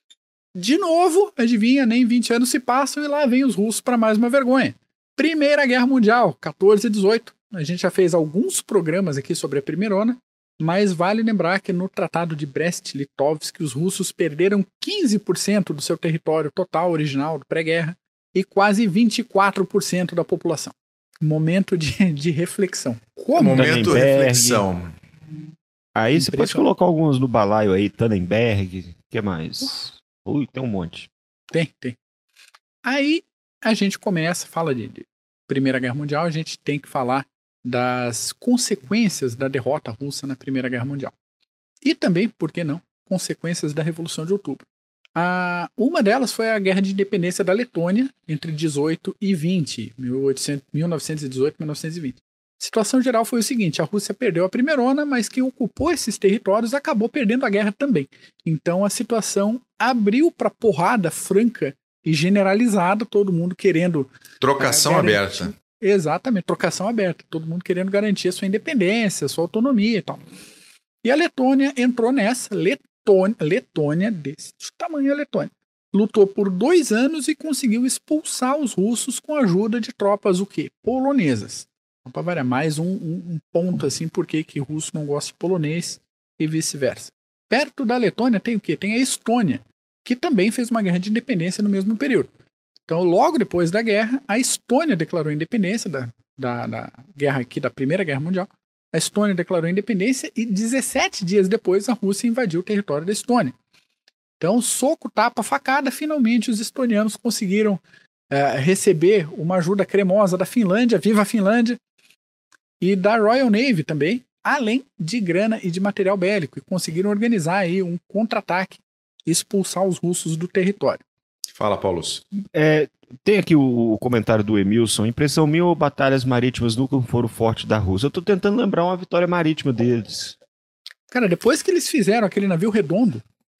De novo, adivinha, nem vinte anos se passam e lá vem os russos para mais uma vergonha. Primeira Guerra Mundial, quatorze e dezoito. A gente já fez alguns programas aqui sobre a primeirona, mas vale lembrar que no Tratado de Brest-Litovsk os russos perderam quinze por cento do seu território total original do pré-guerra e quase vinte e quatro por cento da população. Momento de, de reflexão. Como? Momento Tannenberg. reflexão. Aí você pode Impressionante. colocar alguns no balaio aí, Tannenberg, o que mais? Ui, tem um monte. Tem, tem. Aí a gente começa, fala de, de Primeira Guerra Mundial, a gente tem que falar das consequências da derrota russa na Primeira Guerra Mundial. E também, por que não, consequências da Revolução de Outubro. Ah, uma delas foi a Guerra de Independência da Letônia, entre dezoito e vinte, mil novecentos e dezoito e mil novecentos e vinte. A situação geral foi o seguinte, a Rússia perdeu a primeirona, mas quem ocupou esses territórios acabou perdendo a guerra também. Então a situação abriu para porrada franca e generalizada, todo mundo querendo... Trocação ah, garantir- aberta. Exatamente, trocação aberta, todo mundo querendo garantir a sua independência, a sua autonomia e tal. E a Letônia entrou nessa, Letônia, Letônia desse tamanho a Letônia, lutou por dois anos e conseguiu expulsar os russos com a ajuda de tropas o quê? Polonesas. Para variar, mais um, um, um ponto assim, por que que russo não gosta de polonês e vice-versa. Perto da Letônia tem o quê? Tem a Estônia, que também fez uma guerra de independência no mesmo período. Então, logo depois da guerra, a Estônia declarou independência da, da, da guerra aqui, da Primeira Guerra Mundial. A Estônia declarou independência e dezessete dias depois a Rússia invadiu o território da Estônia. Então, soco, tapa, facada, finalmente os estonianos conseguiram uh, receber uma ajuda cremosa da Finlândia, viva a Finlândia, e da Royal Navy também, além de grana e de material bélico, e conseguiram organizar aí um contra-ataque e expulsar os russos do território. Fala, Paulo. É, tem aqui o, o comentário do Emilson. Impressão minha ou batalhas marítimas nunca foram fortes da Rússia? Eu tô tentando lembrar uma vitória marítima deles. Cara, depois que eles fizeram aquele navio redondo...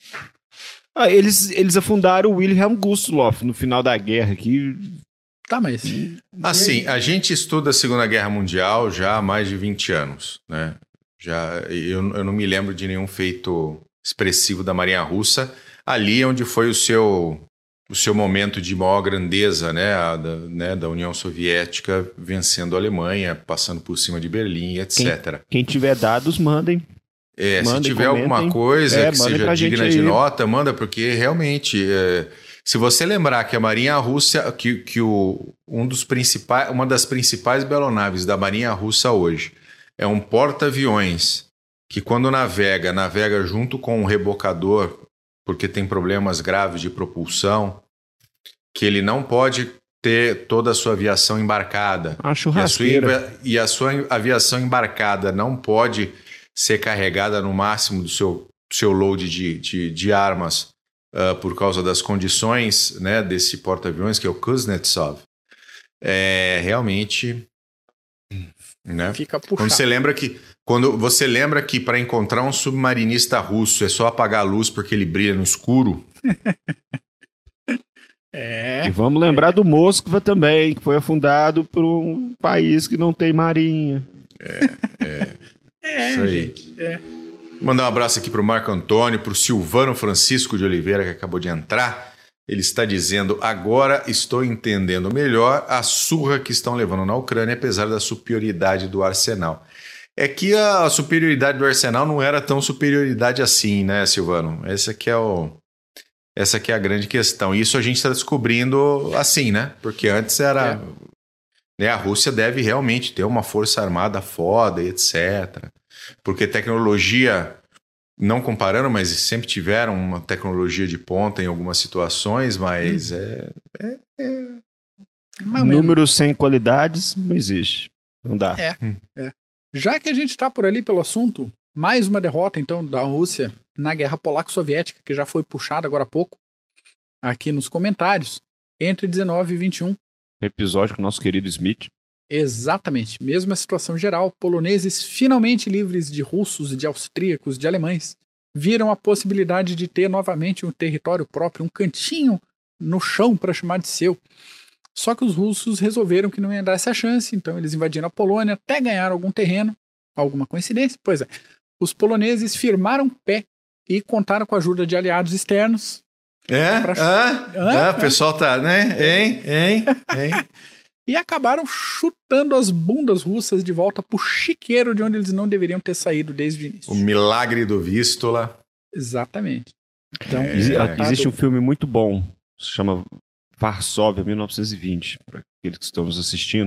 Ah, eles, eles afundaram o Wilhelm Gustloff no final da guerra aqui. Tá, mas... Assim, a gente estuda a Segunda Guerra Mundial já há mais de vinte anos, né? Já, eu, eu não me lembro de nenhum feito expressivo da Marinha Russa. Ali onde foi o seu... o seu momento de maior grandeza, né, a, da, né, da União Soviética vencendo a Alemanha, passando por cima de Berlim, etcétera. Quem, quem tiver dados, mandem. É, mandem, se tiver comentem. alguma coisa É, que mandem seja pra gente digna de aí. nota, manda, porque realmente, é, se você lembrar que a Marinha Russa, que, que o, um dos principais, uma das principais belonaves da Marinha Russa hoje é um porta-aviões que quando navega, navega junto com um rebocador, porque tem problemas graves de propulsão, que ele não pode ter toda a sua aviação embarcada. Uma E a, sua, churrasqueira. e a sua aviação embarcada não pode ser carregada no máximo do seu, do seu load de, de, de armas uh, por causa das condições, né, desse porta-aviões, que é o Kuznetsov. É, realmente... Né? Fica Quando puxado. você lembra que quando você lembra que para encontrar um submarinista russo é só apagar a luz porque ele brilha no escuro. É, E vamos lembrar do Moskva também, que foi afundado por um país que não tem marinha. é, Isso aí. gente. É. Mandar um abraço aqui para o Marco Antônio, para o Silvano Francisco de Oliveira, que acabou de entrar. Ele está dizendo, agora estou entendendo melhor a surra que estão levando na Ucrânia, apesar da superioridade do arsenal. É que a superioridade do arsenal não era tão superioridade assim, né, Silvano? Essa aqui é, o, essa aqui é a grande questão. E isso a gente está descobrindo assim, né? Porque antes era... É. Né, a Rússia deve realmente ter uma força armada foda e etcétera. Porque tecnologia... Não comparando, mas sempre tiveram uma tecnologia de ponta em algumas situações, mas Hum. é, é, é... Mais ou menos. Números sem qualidades não existe. Não dá. É. Já que a gente está por ali pelo assunto, mais uma derrota, então, da Rússia na Guerra Polaco-Soviética, que já foi puxada agora há pouco, aqui nos comentários, entre dezenove e vinte e um. Episódio com o nosso querido Smith. Exatamente, mesma situação geral, poloneses finalmente livres de russos, de austríacos, de alemães, viram a possibilidade de ter novamente um território próprio, um cantinho no chão para chamar de seu. Só que os russos resolveram que não ia dar essa chance, então eles invadiram a Polônia até ganhar algum terreno. Alguma coincidência? Pois é. Os poloneses firmaram pé e contaram com a ajuda de aliados externos. É? Pra- Ah, Hã? ah, o pessoal tá, né? Hein? Hein? Hein? E acabaram chutando as bundas russas de volta pro chiqueiro de onde eles não deveriam ter saído desde o início. O milagre do Vístula. Exatamente. Então, É, Exi- tratado- Existe um filme muito bom, se chama Varsóvia, mil novecentos e vinte, para aqueles que estão nos assistindo.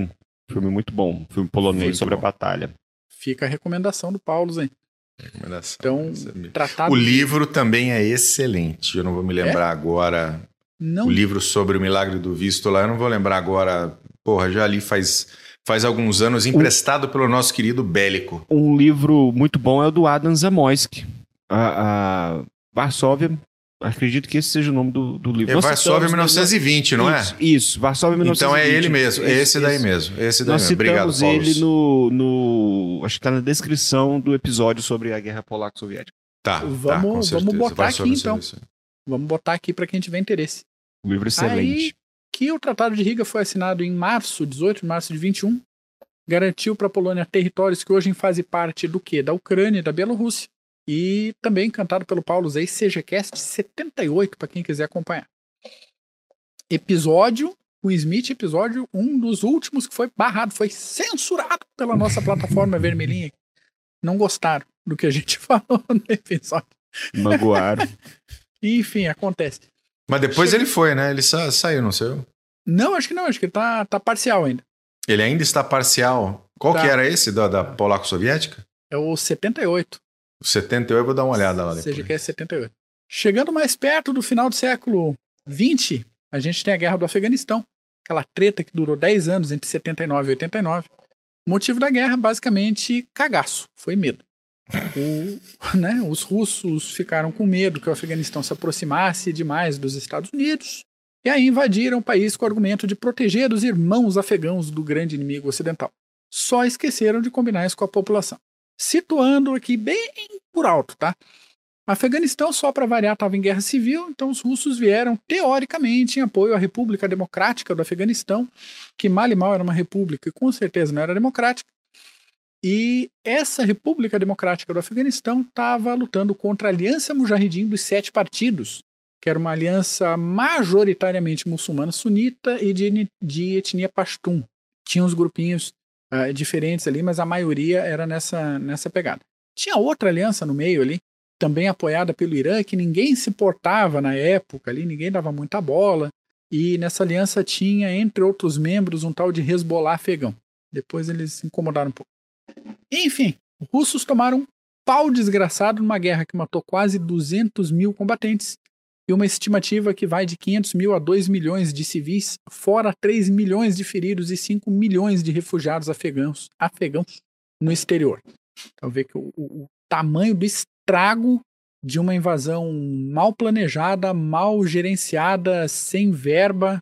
Filme muito bom. Filme polonês Muito sobre bom. a batalha. Fica a recomendação do Paulo, hein? Recomendação. Então, tratado... O livro também é excelente. Eu não vou me lembrar é? agora. Não. O livro sobre o milagre do visto lá, eu não vou lembrar agora. Porra, já li faz, faz alguns anos, emprestado um, pelo nosso querido Bélico. Um livro muito bom é o do Adam Zamoyski. A, a Varsóvia, acredito que esse seja o nome do, do livro. É Varsóvia mil novecentos e vinte, não é? Isso, isso, Varsóvia mil novecentos e vinte. Então é ele mesmo, esse, esse daí esse. mesmo. Esse daí Nós mesmo. Obrigado, citamos Paulo. ele no, no... Acho que está na descrição do episódio sobre a Guerra Polaco-Soviética. Tá, vamos, tá, com vamos botar Varsóvia, aqui então. Vamos botar aqui para quem tiver interesse. Um livro excelente. Aí, que o Tratado de Riga foi assinado em março, dezoito de março de vinte e um, garantiu para a Polônia territórios que hoje fazem parte do quê? Da Ucrânia e da Bielorrússia. E também cantado pelo Paulo Zé, SejaCast setenta e oito, para quem quiser acompanhar. Episódio, o Smith, episódio, um dos últimos que foi barrado, foi censurado pela nossa plataforma vermelhinha. Não gostaram do que a gente falou no episódio. Magoaram. Enfim, acontece. Mas depois Chega... ele foi, né? Ele sa saiu, não saiu? Não, acho que não. Acho que ele tá, tá parcial ainda. Ele ainda está parcial. Qual tá. que era esse da, da Polaco-Soviética? É o setenta e oito. O setenta e oito eu vou dar uma olhada lá depois. Seja que é setenta e oito. Chegando mais perto do final do século vinte, a gente tem a Guerra do Afeganistão. Aquela treta que durou dez anos, entre setenta e nove e oitenta e nove. O motivo da guerra, basicamente, cagaço. Foi medo. O, né, os russos ficaram com medo que o Afeganistão se aproximasse demais dos Estados Unidos e aí invadiram o país com o argumento de proteger os irmãos afegãos do grande inimigo ocidental. Só esqueceram de combinar isso com a população. Situando aqui bem por alto, tá? O Afeganistão, só para variar, estava em guerra civil, então os russos vieram, teoricamente, em apoio à República Democrática do Afeganistão, que mal e mal era uma república e com certeza não era democrática. E essa República Democrática do Afeganistão estava lutando contra a Aliança Mujahidin dos Sete Partidos, que era uma aliança majoritariamente muçulmana sunita e de, de etnia pashtun. Tinha uns grupinhos uh, diferentes ali, mas a maioria era nessa, nessa pegada. Tinha outra aliança no meio ali, também apoiada pelo Irã, que ninguém se portava na época ali, ninguém dava muita bola. E nessa aliança tinha, entre outros membros, um tal de Hezbollah afegão. Depois eles se incomodaram um pouco. Enfim, os russos tomaram um pau desgraçado numa guerra que matou quase duzentos mil combatentes e uma estimativa que vai de quinhentos mil a dois milhões de civis, fora três milhões de feridos e cinco milhões de refugiados afegãos, afegãos no exterior. Então vê que o, o, o tamanho do estrago de uma invasão mal planejada, mal gerenciada, sem verba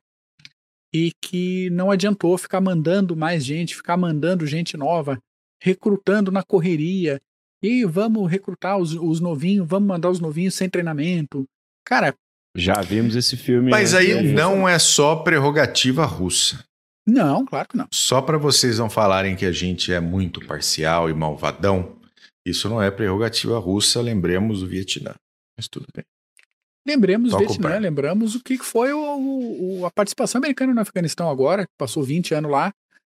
e que não adiantou ficar mandando mais gente, ficar mandando gente nova, recrutando na correria, e vamos recrutar os, os novinhos, vamos mandar os novinhos sem treinamento. Cara... Já vimos esse filme... Mas aí é não é só prerrogativa russa. Não, claro que não. Só para vocês não falarem que a gente é muito parcial e malvadão, isso não é prerrogativa russa, lembremos o Vietnã. Mas tudo bem. Lembremos o Vietnã, lembramos o que foi o, o, a participação americana no Afeganistão agora, que passou vinte anos lá,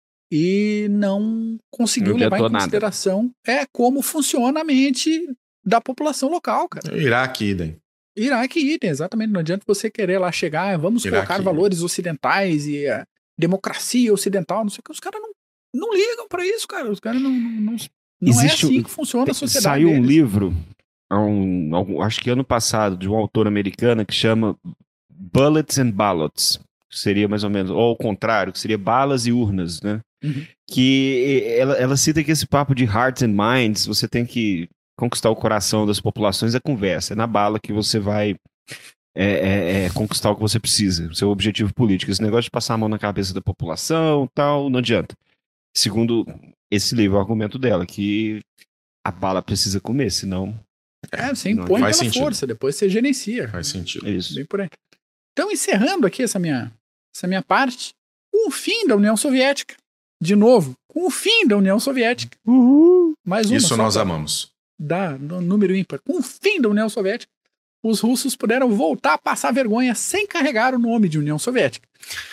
e não conseguiu não levar em consideração é, como funciona a mente da população local, cara. Iraque, idem. Iraque, idem, exatamente. Não adianta você querer lá chegar, vamos Iraque, colocar valores idem. ocidentais e a democracia ocidental, não sei o que. Os caras não, não ligam pra isso, cara. Os caras não... Não, não, não é assim que funciona a sociedade Saiu deles. um livro, um, um, acho que ano passado, de uma autora americana que chama Bullets and Ballots. Seria mais ou menos, ou ao contrário, que seria balas e urnas, né? Uhum. Que ela, ela cita que esse papo de hearts and minds, você tem que conquistar o coração das populações, é conversa, é na bala que você vai é, é, é, conquistar o que você precisa, o seu objetivo político. Esse negócio de passar a mão na cabeça da população, tal, não adianta. Segundo esse livro, o argumento dela, que a bala precisa comer, senão... É, você impõe pela sentido. força, depois você gerencia. Faz sentido. É isso. Bem por aí. Então, encerrando aqui essa minha, essa minha parte, com o fim da União Soviética, de novo, com o fim da União Soviética, uhul, mais uma isso nós da, amamos. Da, do número ímpar. Com o fim da União Soviética, os russos puderam voltar a passar vergonha sem carregar o nome de União Soviética.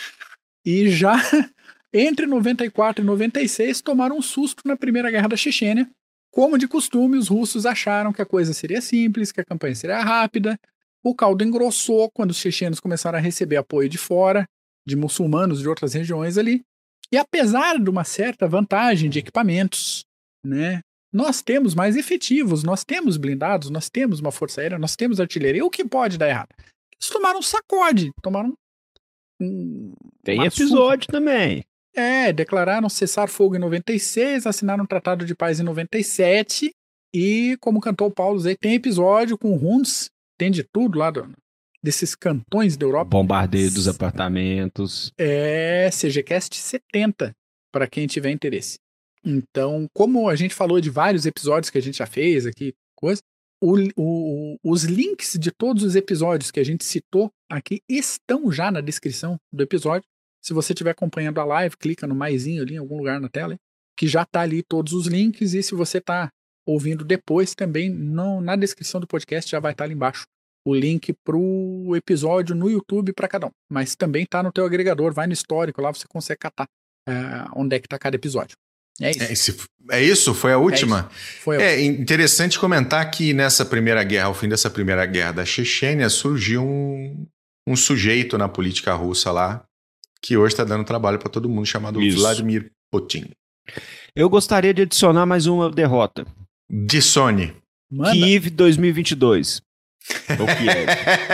E já entre noventa e quatro e noventa e seis tomaram um susto na Primeira Guerra da Chechênia. Como de costume, os russos acharam que a coisa seria simples, que a campanha seria rápida. O caldo engrossou quando os chechenos começaram a receber apoio de fora, de muçulmanos de outras regiões ali, E apesar de uma certa vantagem de equipamentos, né, nós temos mais efetivos, nós temos blindados, nós temos uma força aérea, nós temos artilharia. O que pode dar errado? Eles tomaram um sacode, tomaram um... Tem episódio surra. Também. É, declararam cessar fogo em noventa e seis, assinaram um tratado de paz em noventa e sete, e como cantou o Paulo Zé, tem episódio com Hunds, tem de tudo lá do, desses cantões da Europa. Bombardeio dos apartamentos. É, CGCast setenta, para quem tiver interesse. Então, como a gente falou de vários episódios que a gente já fez aqui, coisa, o, o, os links de todos os episódios que a gente citou aqui estão já na descrição do episódio. Se você estiver acompanhando a live, clica no maisinho ali em algum lugar na tela, que já está ali todos os links, e se você está ouvindo depois, também no, na descrição do podcast já vai estar tá ali embaixo o link para o episódio no YouTube para cada um. Mas também está no teu agregador, vai no histórico, lá você consegue catar uh, onde é que está cada episódio. É isso. É, esse, é isso? Foi a última? É, Foi a é última. Interessante comentar que nessa primeira guerra, ao fim dessa primeira guerra da Chechênia, surgiu um, um sujeito na política russa lá, que hoje está dando trabalho para todo mundo, chamado Isso. Vladimir Putin. Eu gostaria de adicionar mais uma derrota. De Sony. Manda. Kiev dois mil e vinte e dois. Ou Kiev.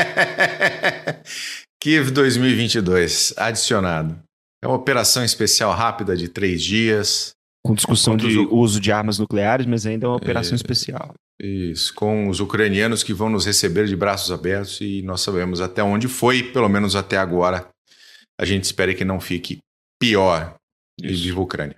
Kiev dois mil e vinte e dois, adicionado. É uma operação especial rápida de três dias. Com discussão de o... uso de armas nucleares, mas ainda é uma operação é... especial. Isso, com os ucranianos que vão nos receber de braços abertos, e nós sabemos até onde foi, pelo menos até agora. A gente espera que não fique pior e viva a Ucrânia.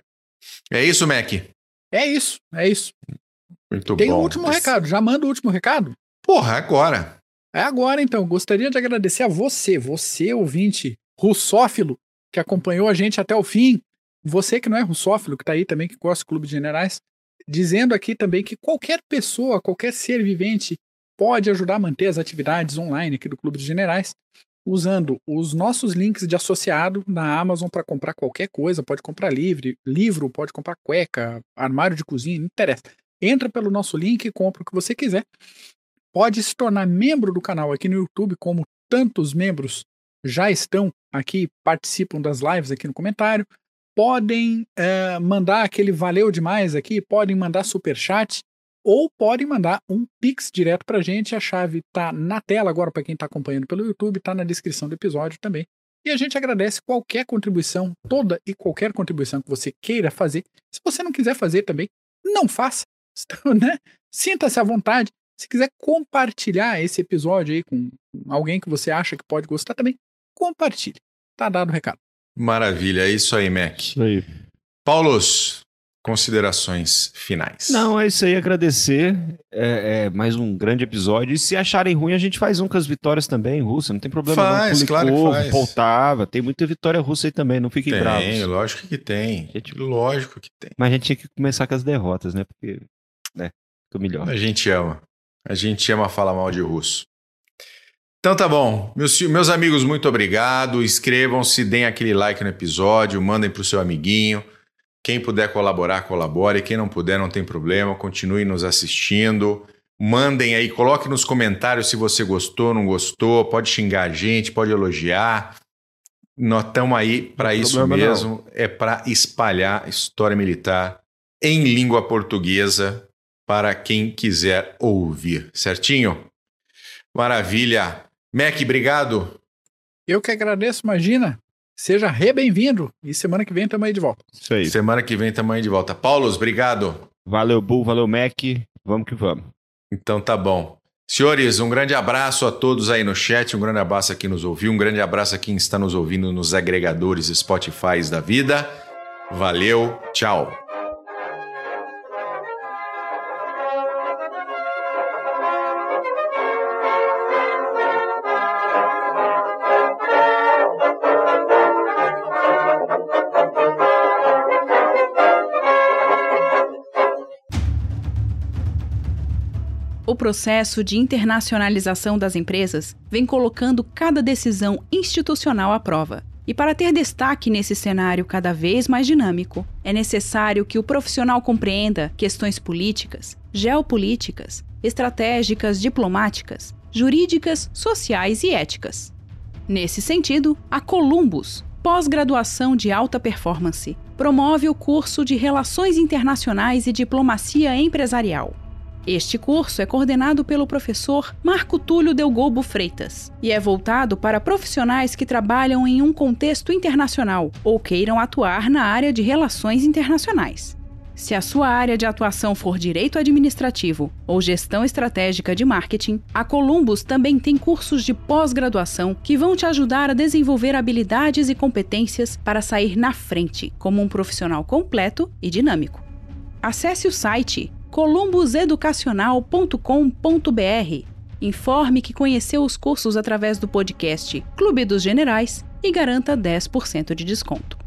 É isso, Mac? É isso, é isso. Muito Tem bom. Tem o último Esse... recado. Já manda o último recado? Porra, agora. É agora, então. Gostaria de agradecer a você, você ouvinte russófilo, que acompanhou a gente até o fim. Você que não é russófilo, que tá aí também, que gosta do Clube de Generais. Dizendo aqui também que qualquer pessoa, qualquer ser vivente pode ajudar a manter as atividades online aqui do Clube de Generais, usando os nossos links de associado na Amazon para comprar qualquer coisa. Pode comprar livre, livro, pode comprar cueca, armário de cozinha, não interessa. Entra pelo nosso link e compra o que você quiser. Pode se tornar membro do canal aqui no YouTube, como tantos membros já estão aqui, participam das lives aqui no comentário. Podem é, mandar aquele valeu demais aqui, podem mandar superchat, ou podem mandar um Pix direto pra gente. A chave tá na tela agora para quem tá acompanhando pelo YouTube, tá na descrição do episódio também. E a gente agradece qualquer contribuição, toda e qualquer contribuição que você queira fazer. Se você não quiser fazer também, não faça, né? Sinta-se à vontade. Se quiser compartilhar esse episódio aí com alguém que você acha que pode gostar também, compartilhe. Tá dado o recado. Maravilha, é isso aí, Mac. Isso aí. Paulos, considerações finais. Não, é isso aí, agradecer. É, é mais um grande episódio. E se acharem ruim, a gente faz um com as vitórias também, russa. Não tem problema faz, não. Claro que faz. Poltava. Tem muita vitória russa aí também, não fiquem tem, bravos. Tem, lógico que tem. Gente, lógico que tem. Mas a gente tinha que começar com as derrotas, né? Porque, né, fica melhor. A gente ama. A gente ama falar mal de russo. Então tá bom. Meus, meus amigos, muito obrigado. Inscrevam-se, deem aquele like no episódio, mandem pro seu amiguinho. Quem puder colaborar, colabore. Quem não puder, não tem problema. Continue nos assistindo. Mandem aí, coloque nos comentários se você gostou, não gostou. Pode xingar a gente, pode elogiar. Nós estamos aí para isso mesmo. Não. É para espalhar história militar em língua portuguesa para quem quiser ouvir. Certinho? Maravilha. Mac, obrigado. Eu que agradeço, imagina. Seja re bem-vindo. E semana que vem estamos aí de volta. Isso aí. Semana que vem estamos aí de volta. Paulos, obrigado. Valeu, Bull. Valeu, Mac. Vamos que vamos. Então tá bom. Senhores, um grande abraço a todos aí no chat. Um grande abraço a quem nos ouviu. Um grande abraço a quem está nos ouvindo nos agregadores Spotify da vida. Valeu. Tchau. O processo de internacionalização das empresas vem colocando cada decisão institucional à prova. E para ter destaque nesse cenário cada vez mais dinâmico, é necessário que o profissional compreenda questões políticas, geopolíticas, estratégicas, diplomáticas, jurídicas, sociais e éticas. Nesse sentido, a Columbus, pós-graduação de alta performance. Promove o curso de Relações Internacionais e Diplomacia Empresarial. Este curso é coordenado pelo professor Marco Túlio Delgobo Freitas e é voltado para profissionais que trabalham em um contexto internacional ou queiram atuar na área de relações internacionais. Se a sua área de atuação for direito administrativo ou gestão estratégica de marketing, a Columbus também tem cursos de pós-graduação que vão te ajudar a desenvolver habilidades e competências para sair na frente como um profissional completo e dinâmico. Acesse o site columbus educacional ponto com ponto b r. Informe que conheceu os cursos através do podcast Clube dos Generais e garanta dez por cento de desconto.